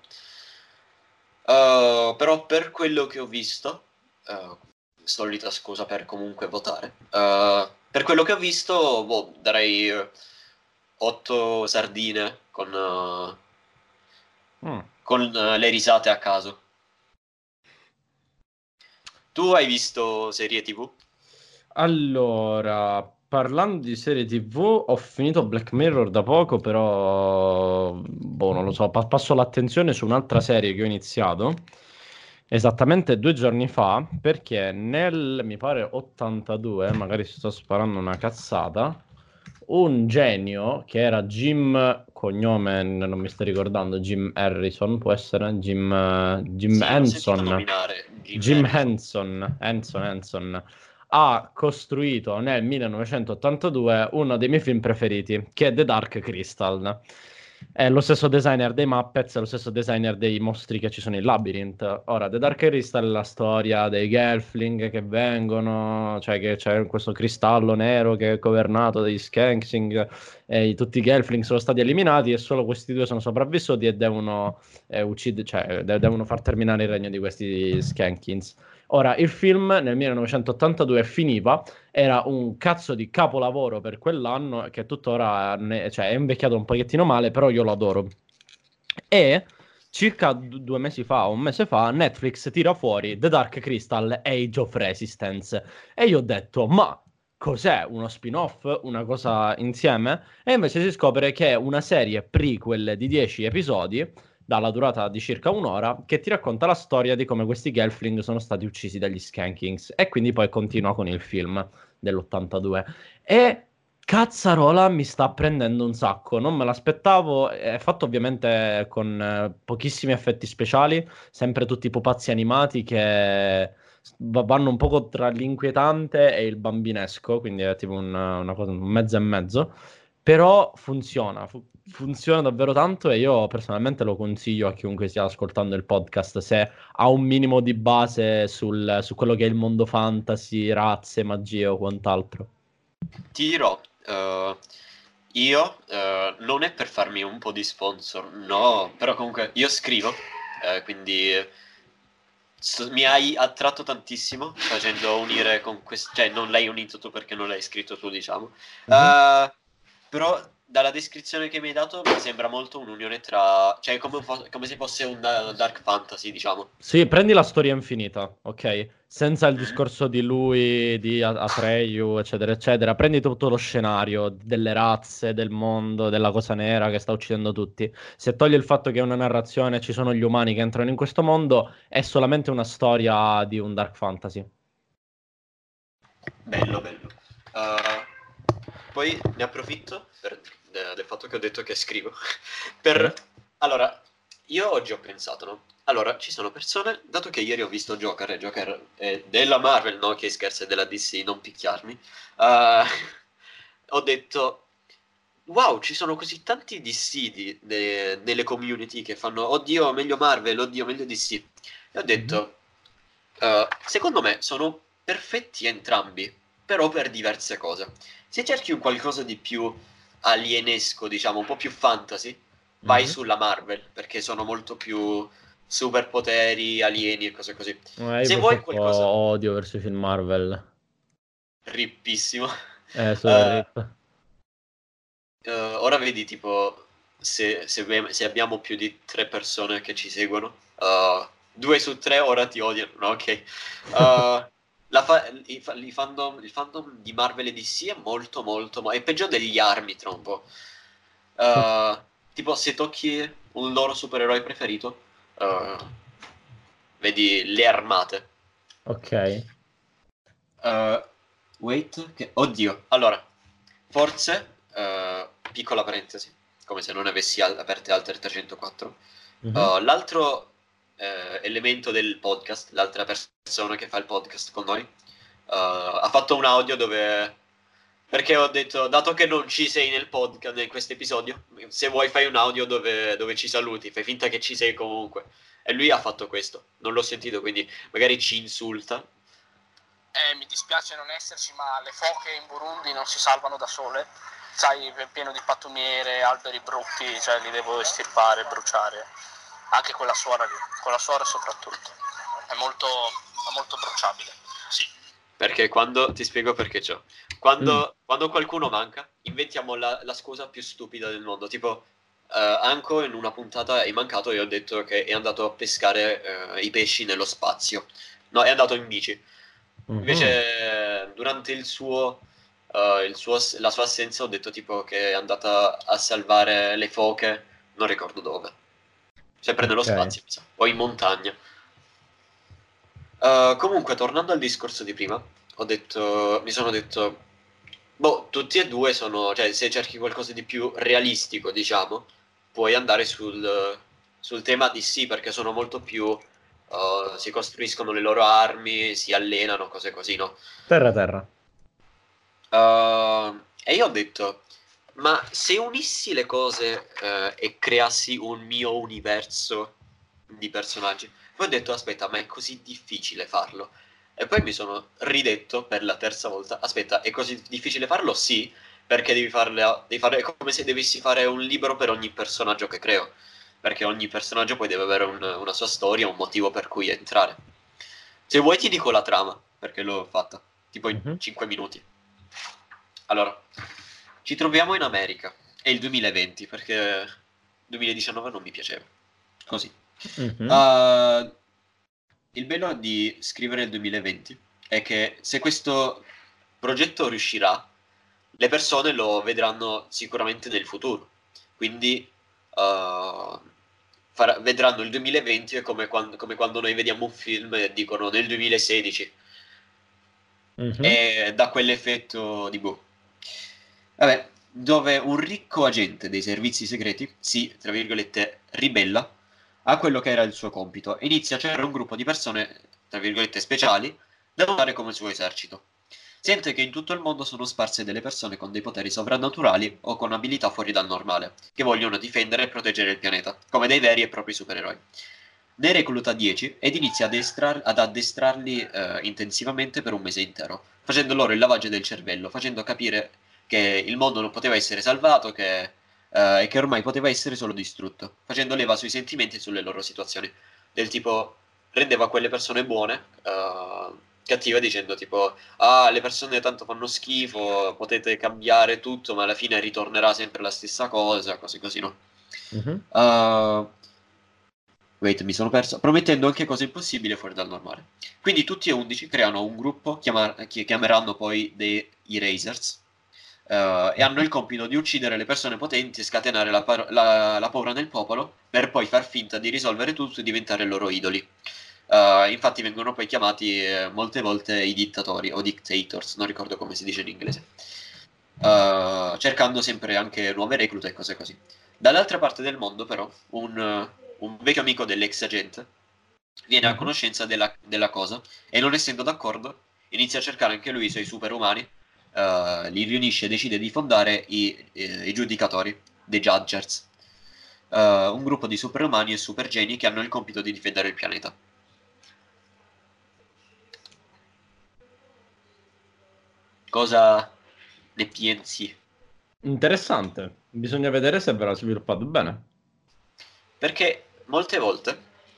Speaker 1: Però per quello che ho visto, solita scusa per comunque votare, Per quello che ho visto, darei 8 sardine con le risate a caso. Tu hai visto serie TV?
Speaker 2: Allora, parlando di serie TV, ho finito Black Mirror da poco, però non lo so, passo l'attenzione su un'altra serie che ho iniziato esattamente 2 giorni fa, perché mi pare 82, magari sto sparando una cazzata, un genio che era Jim, cognome non mi sto ricordando, Jim Harrison, può essere Jim
Speaker 1: Sì, l'ho sentito
Speaker 2: Henson.
Speaker 1: nominare Jim
Speaker 2: Jim
Speaker 1: Harrison.
Speaker 2: Henson ha costruito nel 1982 uno dei miei film preferiti, che è The Dark Crystal. È lo stesso designer dei Muppets, è lo stesso designer dei mostri che ci sono in Labyrinth. Ora, The Dark Crystal è la storia dei Gelfling che vengono, cioè che c'è questo cristallo nero che è governato dagli Skanksing e tutti i Gelfling sono stati eliminati e solo questi due sono sopravvissuti e devono devono far terminare il regno di questi Skankins. Ora, il film nel 1982 finiva, era un cazzo di capolavoro per quell'anno che tuttora cioè, è invecchiato un pochettino male, però io lo adoro. E circa 2 mesi fa, un mese fa, Netflix tira fuori The Dark Crystal Age of Resistance. E io ho detto, ma cos'è? Uno spin-off? Una cosa insieme? E invece si scopre che è una serie prequel di 10 episodi dalla durata di circa un'ora, che ti racconta la storia di come questi Gelfling sono stati uccisi dagli Skankings. E quindi poi continua con il film dell'82. E cazzarola mi sta prendendo un sacco, non me l'aspettavo. È fatto ovviamente con pochissimi effetti speciali, sempre tutti pupazzi animati che vanno un poco tra l'inquietante e il bambinesco, quindi è tipo una cosa, un mezzo e mezzo. Però funziona, funziona davvero tanto e io personalmente lo consiglio a chiunque stia ascoltando il podcast se ha un minimo di base su quello che è il mondo fantasy, razze, magie o quant'altro.
Speaker 1: Ti dirò, io non è per farmi un po' di sponsor, no, però comunque io scrivo, quindi mi hai attratto tantissimo facendo unire con questo, cioè non l'hai unito tu perché non l'hai scritto tu, diciamo.
Speaker 2: Mhm.
Speaker 1: Però dalla descrizione che mi hai dato mi sembra molto un'unione tra, cioè come se fosse un dark fantasy, diciamo.
Speaker 2: Sì, prendi la storia infinita, ok? Senza il
Speaker 1: Mm.
Speaker 2: discorso di lui, di Atreyu, eccetera, eccetera. Prendi tutto lo scenario delle razze, del mondo, della cosa nera che sta uccidendo tutti. Se togli il fatto che è una narrazione, ci sono gli umani che entrano in questo mondo, è solamente una storia di un dark fantasy.
Speaker 1: Bello, bello. Poi ne approfitto del fatto che ho detto che scrivo.
Speaker 2: Sì?
Speaker 1: per... Allora, io oggi ho pensato, no? Allora, ci sono persone, dato che ieri ho visto Joker, e Joker è della Marvel, no? Che scherzo, è della DC, non picchiarmi. Ho detto, wow, ci sono così tanti DC nelle community che fanno, oddio, meglio Marvel, oddio, meglio DC. E ho
Speaker 2: Mhm.
Speaker 1: detto, secondo me sono perfetti entrambi, però per diverse cose. Se cerchi un qualcosa di più alienesco, diciamo, un po' più fantasy, vai
Speaker 2: Mhm.
Speaker 1: sulla Marvel, perché sono molto più superpoteri, alieni e cose così.
Speaker 2: Io
Speaker 1: Se vuoi
Speaker 2: purtroppo
Speaker 1: qualcosa
Speaker 2: odio verso i film Marvel.
Speaker 1: rippissimo,
Speaker 2: Super rip.
Speaker 1: ora vedi tipo se abbiamo più di 3 persone che ci seguono, 2 su 3 ora ti odiano, no? Ok. Il fandom di Marvel e DC è molto molto, è peggio degli Armitron un po'. Tipo se tocchi un loro supereroe preferito, uh, vedi le armate.
Speaker 2: Ok.
Speaker 1: Uh, wait, oddio. Allora, forse, piccola parentesi, come se non avessi aperte altre 304.
Speaker 2: Mhm.
Speaker 1: L'altro elemento del podcast, l'altra persona che fa il podcast con noi, ha fatto un audio dove... Perché ho detto, dato che non ci sei nel podcast, in questo episodio, se vuoi fai un audio dove ci saluti, fai finta che ci sei comunque. E lui ha fatto questo, non l'ho sentito, quindi magari ci insulta.
Speaker 4: Mi dispiace non esserci, ma le foche in Burundi non si salvano da sole. Sai, è pieno di pattumiere, alberi brutti, cioè li devo estirpare, bruciare. Anche quella suora lì, quella suora soprattutto. È molto bruciabile. Sì.
Speaker 1: Perché ti spiego perché quando qualcuno manca, inventiamo la scusa più stupida del mondo. Tipo, Anko in una puntata è mancato e ho detto che è andato a pescare i pesci nello spazio. No, è andato in bici. Invece, durante la sua assenza ho detto tipo che è andata a salvare le foche, non ricordo dove. Sempre nello
Speaker 2: Ok.
Speaker 1: spazio, mi sa. O in montagna. Comunque, tornando al discorso di prima, mi sono detto, boh, tutti e due sono, cioè, se cerchi qualcosa di più realistico, diciamo, puoi andare sul tema di sì, perché sono molto più, si costruiscono le loro armi, si allenano, cose così, no?
Speaker 2: Terra.
Speaker 1: E io ho detto, ma se unissi le cose, e creassi un mio universo di personaggi, poi ho detto, aspetta, ma è così difficile farlo? E poi mi sono ridetto per la terza volta, aspetta, è così difficile farlo? Sì, perché devi fare, è come se dovessi fare un libro per ogni personaggio che creo, perché ogni personaggio poi deve avere una sua storia, un motivo per cui entrare. Se vuoi ti dico la trama, perché l'ho fatta, tipo in
Speaker 2: Mhm.
Speaker 1: 5 minuti. Allora, ci troviamo in America, è il 2020, perché il 2019 non mi piaceva. Così.
Speaker 2: Mhm.
Speaker 1: Uh, il bello di scrivere il 2020 è che se questo progetto riuscirà, le persone lo vedranno sicuramente nel futuro. Quindi vedranno il 2020 come quando noi vediamo un film e dicono nel 2016
Speaker 2: Mhm.
Speaker 1: e dà quell'effetto di boh. Vabbè, dove un ricco agente dei servizi segreti si, tra virgolette, ribella a quello che era il suo compito e inizia a cercare un gruppo di persone, tra virgolette, speciali da usare come suo esercito. Sente che in tutto il mondo sono sparse delle persone con dei poteri sovrannaturali o con abilità fuori dal normale, che vogliono difendere e proteggere il pianeta, come dei veri e propri supereroi. Ne recluta 10 ed inizia ad addestrarli intensivamente per un mese intero, facendo loro il lavaggio del cervello, facendo capire che il mondo non poteva essere salvato e che ormai poteva essere solo distrutto, facendo leva sui sentimenti e sulle loro situazioni. Del tipo, rendeva quelle persone buone, cattive, dicendo tipo, ah, le persone tanto fanno schifo, potete cambiare tutto, ma alla fine ritornerà sempre la stessa cosa, cose così, no?
Speaker 2: Mhm.
Speaker 1: Uh, Wait, mi sono perso. Promettendo anche cose impossibili fuori dal normale. Quindi tutti e 11 creano un gruppo che chiameranno poi dei Erasers. E hanno il compito di uccidere le persone potenti e scatenare la paura nel popolo per poi far finta di risolvere tutto e diventare loro idoli. Infatti vengono poi chiamati molte volte i dittatori o dictators, non ricordo come si dice in inglese. Cercando sempre anche nuove reclute e cose così. Dall'altra parte del mondo, però, un vecchio amico dell'ex agente viene a
Speaker 2: Mhm.
Speaker 1: conoscenza della cosa e, non essendo d'accordo, inizia a cercare anche lui i suoi superumani, li riunisce e decide di fondare i Giudicatori, dei Judgers, un gruppo di superumani e supergeni che hanno il compito di difendere il pianeta. Cosa ne pensi?
Speaker 2: Interessante. Bisogna vedere se verrà sviluppato bene.
Speaker 1: Perché molte volte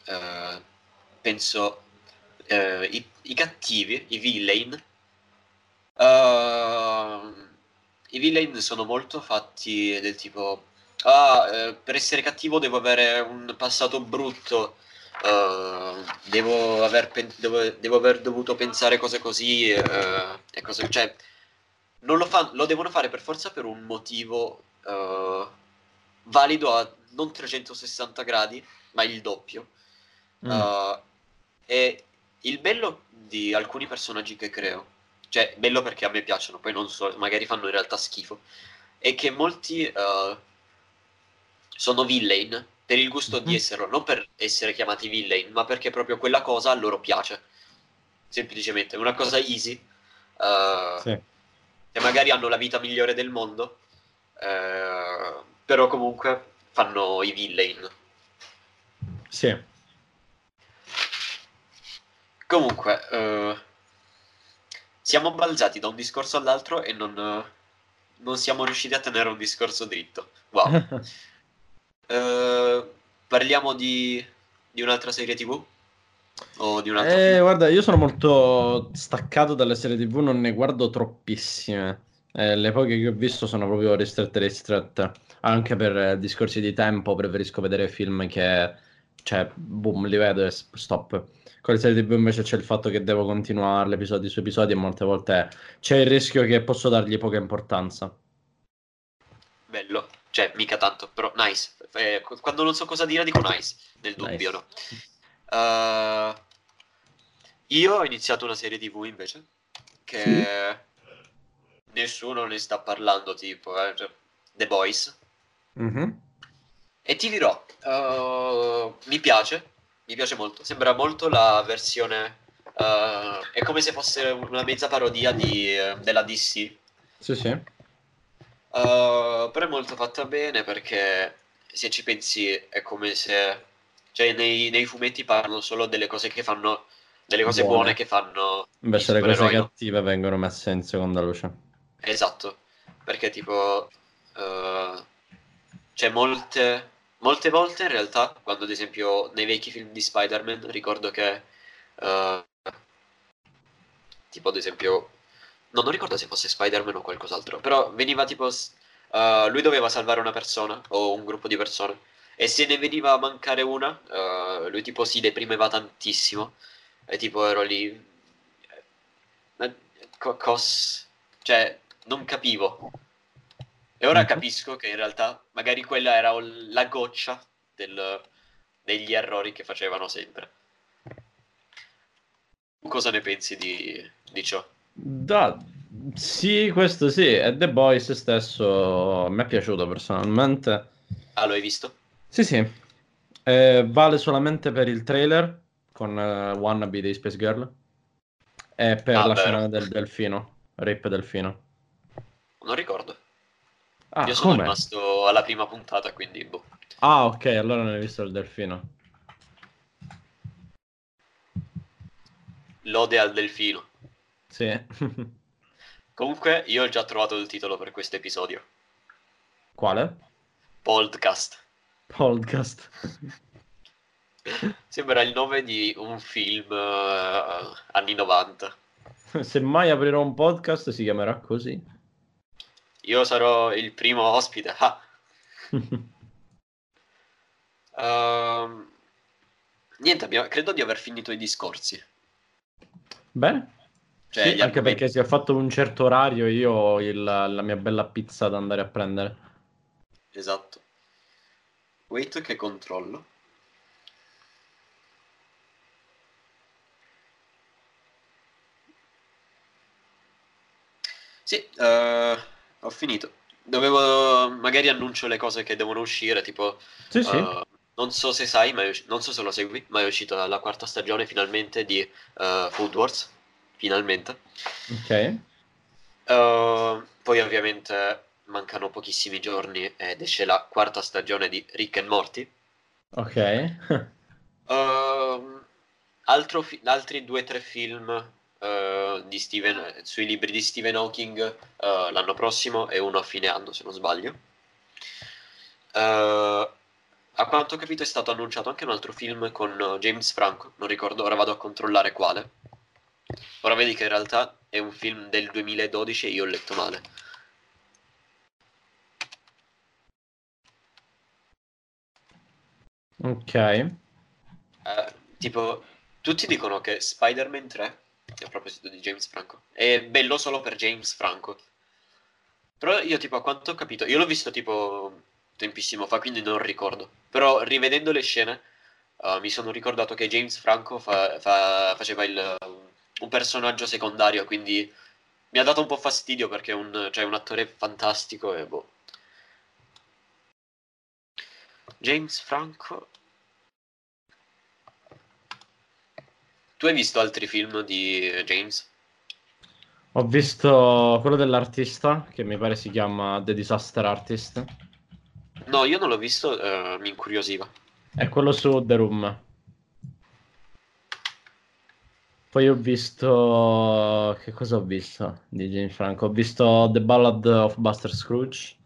Speaker 1: penso i cattivi, i villain sono molto fatti del tipo, ah, per essere cattivo devo avere un passato brutto, devo aver dovuto pensare cose così, e cose, cioè, non lo devono fare per forza per un motivo valido a non 360 gradi, ma il doppio.
Speaker 2: Mm.
Speaker 1: Uh, e il bello di alcuni personaggi che creo, cioè bello perché a me piacciono, poi non so, magari fanno in realtà schifo, è che molti sono villain per il gusto di
Speaker 2: Mhm.
Speaker 1: esserlo, non per essere chiamati villain, ma perché proprio quella cosa a loro piace. Semplicemente, una cosa easy,
Speaker 2: Sì.
Speaker 1: che magari hanno la vita migliore del mondo, però comunque fanno i villain.
Speaker 2: Sì.
Speaker 1: Comunque, siamo balzati da un discorso all'altro e non siamo riusciti a tenere un discorso dritto. Wow. Eh, parliamo di un'altra serie TV? O di un altro film?
Speaker 2: Guarda, io sono molto staccato dalle serie TV, non ne guardo troppissime. Le poche che ho visto sono proprio ristrette. Anche per discorsi di tempo, preferisco vedere film che, cioè, boom, li vedo e stop. Con le serie TV invece c'è il fatto che devo continuare episodi su episodi e molte volte c'è il rischio che posso dargli poca importanza.
Speaker 1: Bello, cioè mica tanto, però nice. Quando non so cosa dire dico nice, nel dubbio,
Speaker 2: Nice.
Speaker 1: no? Eh, io ho iniziato una serie TV invece che nessuno ne sta parlando, tipo cioè, The Boys.
Speaker 2: Mhm.
Speaker 1: E ti dirò, mi piace molto. Sembra molto la versione, è come se fosse una mezza parodia della DC.
Speaker 2: Sì, sì.
Speaker 1: Però è molto fatta bene perché se ci pensi è come se, cioè nei fumetti parlano solo delle cose che fanno, delle cose buone
Speaker 2: Buone.
Speaker 1: che fanno i
Speaker 2: Invece le cose
Speaker 1: supereroi, no?
Speaker 2: cattive vengono messe in seconda luce.
Speaker 1: Esatto, perché tipo, c'è molte volte in realtà, quando ad esempio nei vecchi film di Spider-Man, ricordo che, eh, tipo ad esempio, no, non ricordo se fosse Spider-Man o qualcos'altro, però veniva tipo, lui doveva salvare una persona o un gruppo di persone, e se ne veniva a mancare una, lui tipo si deprimeva tantissimo, e tipo ero lì, cioè, non capivo. E ora
Speaker 2: Mhm.
Speaker 1: capisco che in realtà magari quella era la goccia degli errori che facevano sempre. Tu cosa ne pensi di ciò?
Speaker 2: Da, sì, questo sì, e The Boys stesso mi è piaciuto personalmente.
Speaker 1: Ah, lo hai visto?
Speaker 2: Sì, sì. Vale solamente per il trailer con Wannabe dei Space Girl e per
Speaker 1: Ah,
Speaker 2: la
Speaker 1: vero.
Speaker 2: scena del delfino, Rip delfino.
Speaker 1: Non ricordo.
Speaker 2: Ah,
Speaker 1: Io sono
Speaker 2: come?
Speaker 1: rimasto alla prima puntata, quindi boh.
Speaker 2: Ah, ok, allora non hai visto il delfino.
Speaker 1: Lode al delfino.
Speaker 2: Sì.
Speaker 1: Comunque, io ho già trovato il titolo per questo episodio.
Speaker 2: Quale?
Speaker 1: Podcast.
Speaker 2: Podcast.
Speaker 1: Sembra il nome di un film anni 90.
Speaker 2: Se mai aprirò un podcast si chiamerà così.
Speaker 1: Io sarò il primo ospite. Ah. Niente, credo di aver finito i discorsi.
Speaker 2: Bene.
Speaker 1: Cioè,
Speaker 2: Sì,
Speaker 1: gli
Speaker 2: anche perché
Speaker 1: argomenti.
Speaker 2: si è fatto un certo orario, io ho la mia bella pizza da andare a prendere.
Speaker 1: Esatto. Wait che controllo. Sì, ho finito. Dovevo, magari annuncio le cose che devono uscire, tipo,
Speaker 2: Sì, sì.
Speaker 1: non so se sai, non so se lo segui, ma è uscita la quarta stagione finalmente di Food Wars, finalmente.
Speaker 2: Ok.
Speaker 1: Poi ovviamente mancano pochissimi giorni ed esce la quarta stagione di Rick and Morty.
Speaker 2: Ok.
Speaker 1: Ehm, altri due o tre film sui libri di Stephen Hawking l'anno prossimo e uno a fine anno, se non sbaglio. A quanto ho capito è stato annunciato anche un altro film con James Franco, non ricordo, ora vado a controllare quale. Ora vedi che in realtà è un film del 2012 e io ho letto male.
Speaker 2: Ok.
Speaker 1: Tipo, tutti dicono che Spider-Man 3, a proposito di James Franco, è bello solo per James Franco. Però io tipo a quanto ho capito, io l'ho visto tipo tempissimo fa, quindi non ricordo. Però rivedendo le scene mi sono ricordato che James Franco faceva un personaggio secondario, quindi mi ha dato un po' fastidio perché cioè, è un attore fantastico e boh. James Franco. Tu hai visto altri film di James?
Speaker 2: Ho visto quello dell'artista, che mi pare si chiama The Disaster Artist.
Speaker 1: No, io non l'ho visto, mi incuriosiva.
Speaker 2: È quello su The Room. Poi ho visto... Che cosa ho visto di James Franco? Ho visto The Ballad of Buster Scrooge.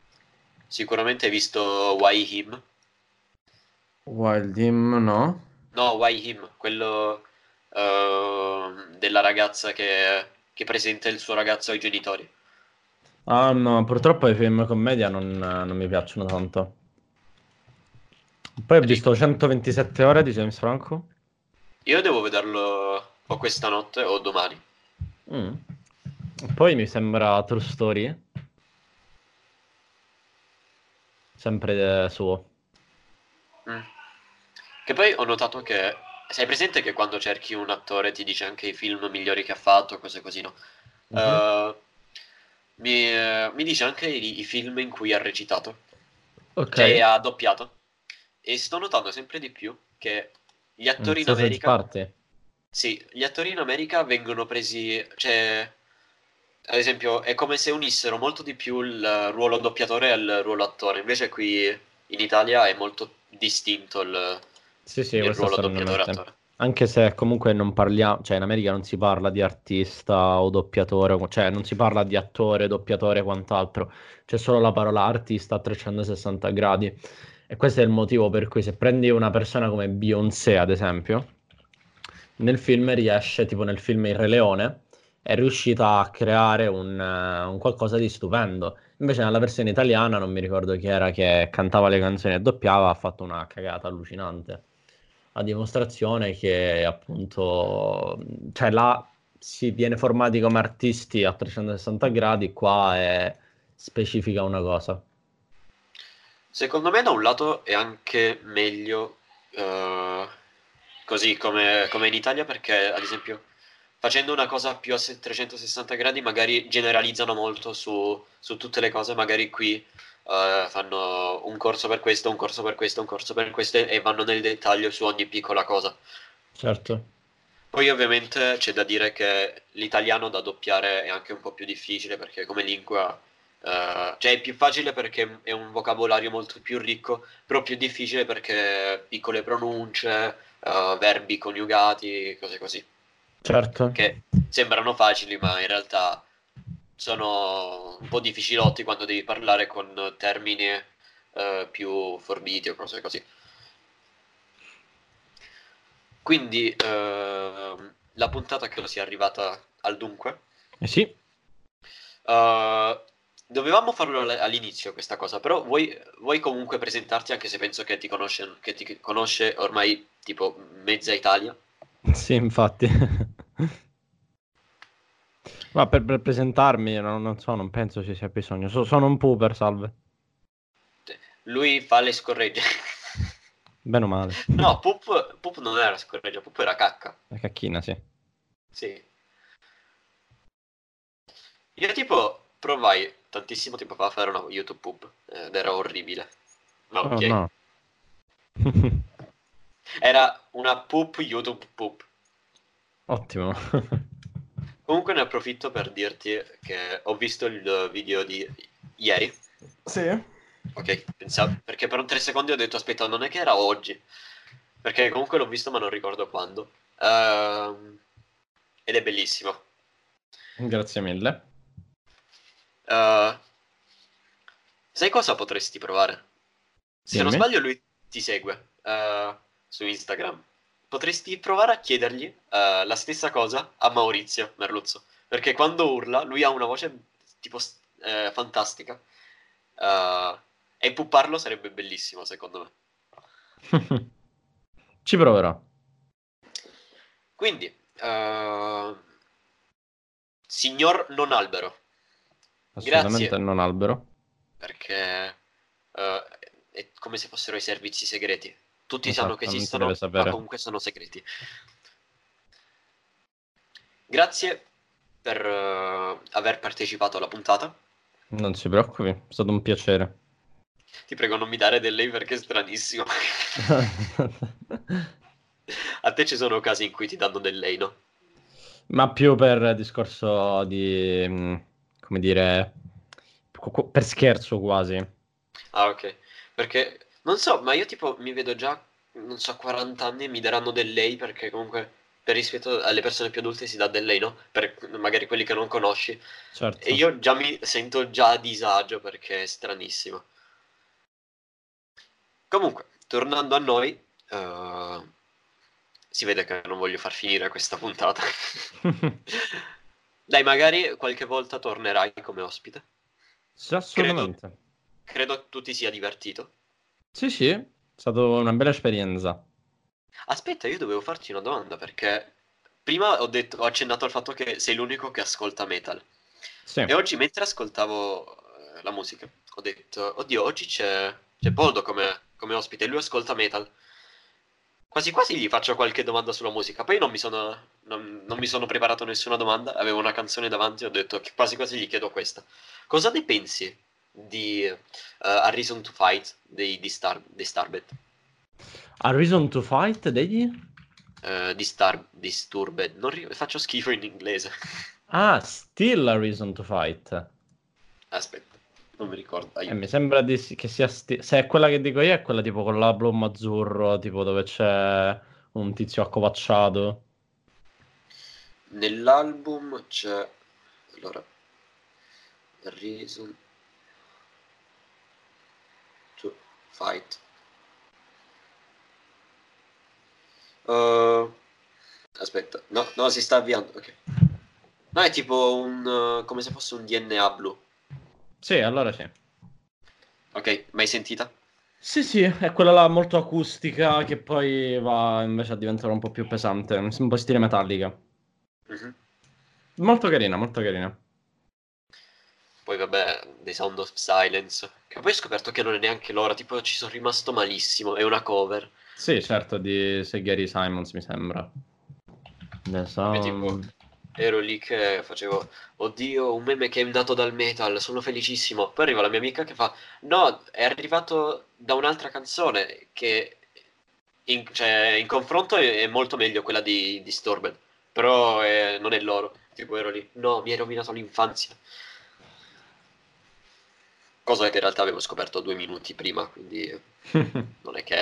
Speaker 1: Sicuramente hai visto Why Him.
Speaker 2: Wild Him, no?
Speaker 1: No, Why Him, quello della ragazza che presenta il suo ragazzo ai genitori.
Speaker 2: Ah no, purtroppo i film commedia non mi piacciono tanto. Poi ho visto 127 ore di James Franco.
Speaker 1: Io devo vederlo o questa notte o domani.
Speaker 2: Mm. Poi mi sembra True Story. Sempre suo.
Speaker 1: Mm. Che poi ho notato che sei presente che quando cerchi un attore ti dice anche i film migliori che ha fatto, cose così, no?
Speaker 2: Mhm.
Speaker 1: Mi dice anche i film in cui ha recitato,
Speaker 2: Ok.
Speaker 1: cioè ha doppiato. E sto notando sempre di più che gli attori in
Speaker 2: Sausage
Speaker 1: America,
Speaker 2: Party.
Speaker 1: sì, gli attori in America vengono presi, cioè, ad esempio, è come se unissero molto di più il ruolo doppiatore al ruolo attore. Invece qui in Italia è molto distinto
Speaker 2: Sì, sì,
Speaker 1: il
Speaker 2: questo
Speaker 1: ruolo
Speaker 2: secondo me sì.
Speaker 1: doppiatore-attore.
Speaker 2: Anche se comunque non parliamo, cioè in America non si parla di artista o doppiatore, cioè non si parla di attore, doppiatore e quant'altro, c'è solo la parola artista a 360 gradi. E questo è il motivo per cui se prendi una persona come Beyoncé, ad esempio, nel film riesce, tipo nel film Il Re Leone, è riuscita a creare un qualcosa di stupendo. Invece nella versione italiana, non mi ricordo chi era che cantava le canzoni e doppiava, ha fatto una cagata allucinante. A dimostrazione che appunto, cioè là si viene formati come artisti a 360 gradi, qua è specifica una cosa.
Speaker 1: Secondo me da un lato è anche meglio così come in Italia perché ad esempio facendo una cosa più a 360 gradi magari generalizzano molto su tutte le cose, magari qui fanno un corso per questo, un corso per questo, un corso per questo e vanno nel dettaglio su ogni piccola cosa.
Speaker 2: Certo,
Speaker 1: Poi ovviamente c'è da dire che l'italiano da doppiare è anche un po' più difficile perché come lingua, cioè è più facile perché è un vocabolario molto più ricco, però più difficile perché piccole pronunce, verbi coniugati, cose così,
Speaker 2: certo.
Speaker 1: che sembrano facili ma in realtà sono un po' difficilotti quando devi parlare con termini più forbiti o cose così. Quindi la puntata credo sia arrivata al dunque.
Speaker 2: Eh sì,
Speaker 1: Uh, dovevamo farlo all'inizio questa cosa, però vuoi comunque presentarti anche se penso che ti conosce ormai tipo mezza Italia.
Speaker 2: sì, infatti. Ma per presentarmi, non so, non penso ci sia bisogno. Sono un pooper, salve.
Speaker 1: Lui fa le scorregge.
Speaker 2: Bene o male.
Speaker 1: No, Poop non era scorreggia, Poop era cacca.
Speaker 2: La cacchina, sì.
Speaker 1: Sì. Io tipo provai tantissimo tempo fa a fare una YouTube Poop ed era orribile. Ma
Speaker 2: Oh
Speaker 1: ok.
Speaker 2: no.
Speaker 1: Era una Poop YouTube Poop.
Speaker 2: Ottimo.
Speaker 1: Comunque ne approfitto per dirti che ho visto il video di ieri.
Speaker 2: Sì.
Speaker 1: Ok, pensavo, perché per un 3 secondi ho detto aspetta, non è che era oggi. Perché comunque l'ho visto ma non ricordo quando. Ed è bellissimo.
Speaker 2: Grazie mille.
Speaker 1: Eh, sai cosa potresti provare? Se non
Speaker 2: Dimmi.
Speaker 1: sbaglio lui ti segue su Instagram. Potresti provare a chiedergli la stessa cosa a Maurizio Merluzzo. Perché quando urla, lui ha una voce tipo fantastica. E pupparlo sarebbe bellissimo, secondo me.
Speaker 2: Ci proverò.
Speaker 1: Quindi, signor Non Albero,
Speaker 2: Assolutamente
Speaker 1: grazie
Speaker 2: non albero.
Speaker 1: perché è come se fossero i servizi segreti. Tutti sanno che
Speaker 2: Esatto, non si deve
Speaker 1: esistono, ma
Speaker 2: sapere.
Speaker 1: comunque sono segreti. Grazie per aver partecipato alla puntata.
Speaker 2: Non si preoccupi, è stato un piacere.
Speaker 1: Ti prego non mi dare del lei perché è stranissimo. A te ci sono casi in cui ti danno del lei, no?
Speaker 2: Ma più per discorso di, come dire, per scherzo quasi.
Speaker 1: Ah, ok. Perché non so, ma io tipo mi vedo già, non so, 40 anni e mi daranno del lei perché comunque per rispetto alle persone più adulte si dà del lei, no? Per magari quelli che non conosci. E
Speaker 2: Certo.
Speaker 1: io già mi sento già a disagio perché è stranissimo. Comunque, tornando a noi, Si vede che non voglio far finire questa puntata. Dai, magari qualche volta tornerai come ospite.
Speaker 2: Sì, assolutamente.
Speaker 1: Credo tu ti sia divertito.
Speaker 2: Sì, sì, è stata una bella esperienza.
Speaker 1: Aspetta, io dovevo farti una domanda perché prima ho accennato al fatto che sei l'unico che ascolta metal.
Speaker 2: Sì.
Speaker 1: E oggi mentre ascoltavo la musica ho detto, oddio, oggi c'è Poldo come ospite e lui ascolta metal. Quasi quasi gli faccio qualche domanda sulla musica. Poi non mi sono preparato nessuna domanda, avevo una canzone davanti e ho detto che quasi quasi gli chiedo questa. Cosa ne pensi di A Reason to Fight dei Disturbed?
Speaker 2: A Reason to Fight degli?
Speaker 1: Disturbed, faccio schifo in inglese.
Speaker 2: Ah, Still a Reason to Fight.
Speaker 1: Aspetta, non mi ricordo, aiuto.
Speaker 2: Mi sembra che sia se è quella che dico io, è quella tipo con l'album azzurro, tipo dove c'è un tizio accovacciato.
Speaker 1: Nell'album c'è, allora, Reason to Fight. Aspetta, no, si sta avviando, ok. No, è tipo come se fosse un DNA blu.
Speaker 2: Sì, allora sì.
Speaker 1: Ok, mai sentita?
Speaker 2: Sì, sì, è quella là molto acustica che poi va invece a diventare un po' più pesante, un po' stile metallica.
Speaker 1: Mhm.
Speaker 2: Molto carina, molto carina.
Speaker 1: Poi vabbè, dei Sound of Silence. Che poi ho scoperto che non è neanche loro, tipo ci sono rimasto malissimo, è una cover.
Speaker 2: Sì, certo, di Gary Simons mi sembra. The
Speaker 1: Io tipo
Speaker 2: Sound...
Speaker 1: ero lì che facevo, oddio, un meme che è nato dal metal, sono felicissimo. Poi arriva la mia amica che fa, no, è arrivato da un'altra canzone che cioè, in confronto è molto meglio quella di Disturbed, però non è loro. Tipo ero lì, no, mi hai rovinato l'infanzia. Cosa che in realtà avevo scoperto 2 minuti prima, quindi non è che...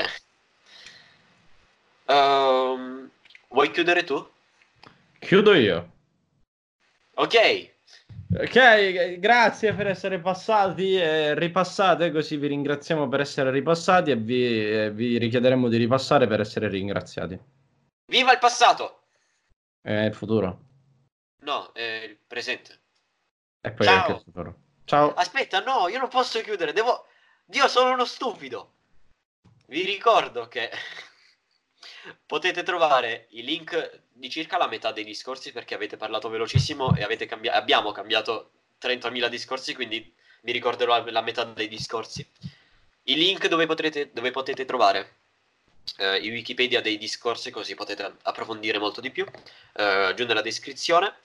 Speaker 1: vuoi chiudere tu?
Speaker 2: Chiudo io.
Speaker 1: Ok,
Speaker 2: Ok, grazie per essere passati e ripassate, così vi ringraziamo per essere ripassati e vi richiederemo di ripassare per essere ringraziati.
Speaker 1: viva il passato!
Speaker 2: È il futuro.
Speaker 1: No, è il presente.
Speaker 2: E poi anche il
Speaker 1: Ciao!
Speaker 2: futuro. Ciao.
Speaker 1: Aspetta, no, io non posso chiudere, devo... Dio, sono uno stupido! Vi ricordo che potete trovare i link di circa la metà dei discorsi perché avete parlato velocissimo e abbiamo cambiato 30.000 discorsi, quindi vi ricorderò la metà dei discorsi. I link dove potete trovare i Wikipedia dei discorsi, così potete approfondire molto di più, giù nella descrizione.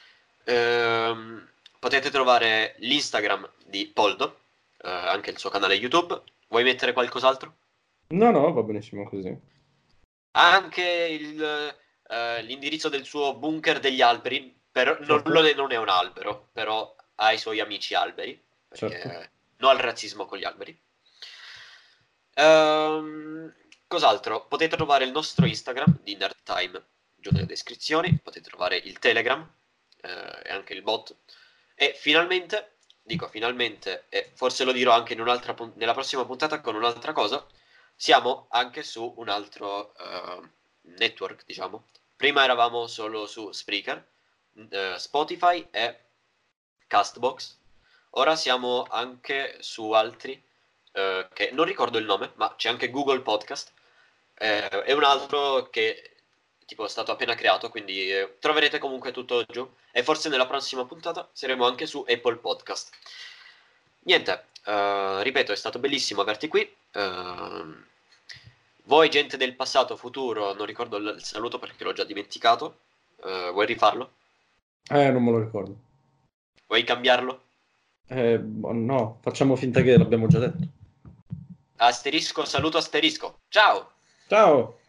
Speaker 1: Potete trovare l'Instagram di Poldo, anche il suo canale YouTube. Vuoi mettere qualcos'altro?
Speaker 2: No, no, va benissimo così.
Speaker 1: Anche l'indirizzo del suo bunker degli alberi,
Speaker 2: Certo,
Speaker 1: non è un albero, però ha i suoi amici alberi,
Speaker 2: certo.
Speaker 1: perché no al razzismo con gli alberi. Ehm, Cos'altro? Potete trovare il nostro Instagram di Nerdtime giù nelle descrizioni, potete trovare il Telegram e anche il bot. E finalmente, dico finalmente, e forse lo dirò anche nella prossima puntata con un'altra cosa, siamo anche su un altro network, diciamo. Prima eravamo solo su Spreaker, Spotify e Castbox. Ora siamo anche su altri, che non ricordo il nome, ma c'è anche Google Podcast. E un altro che tipo è stato appena creato, quindi troverete comunque tutto giù. E forse nella prossima puntata saremo anche su Apple Podcast. Niente, ripeto, è stato bellissimo averti qui. Voi, gente del passato, futuro, non ricordo il saluto perché l'ho già dimenticato. Vuoi rifarlo?
Speaker 2: Non me lo ricordo.
Speaker 1: Vuoi cambiarlo?
Speaker 2: No, facciamo finta che l'abbiamo già detto.
Speaker 1: Asterisco, saluto asterisco. Ciao!
Speaker 2: Ciao!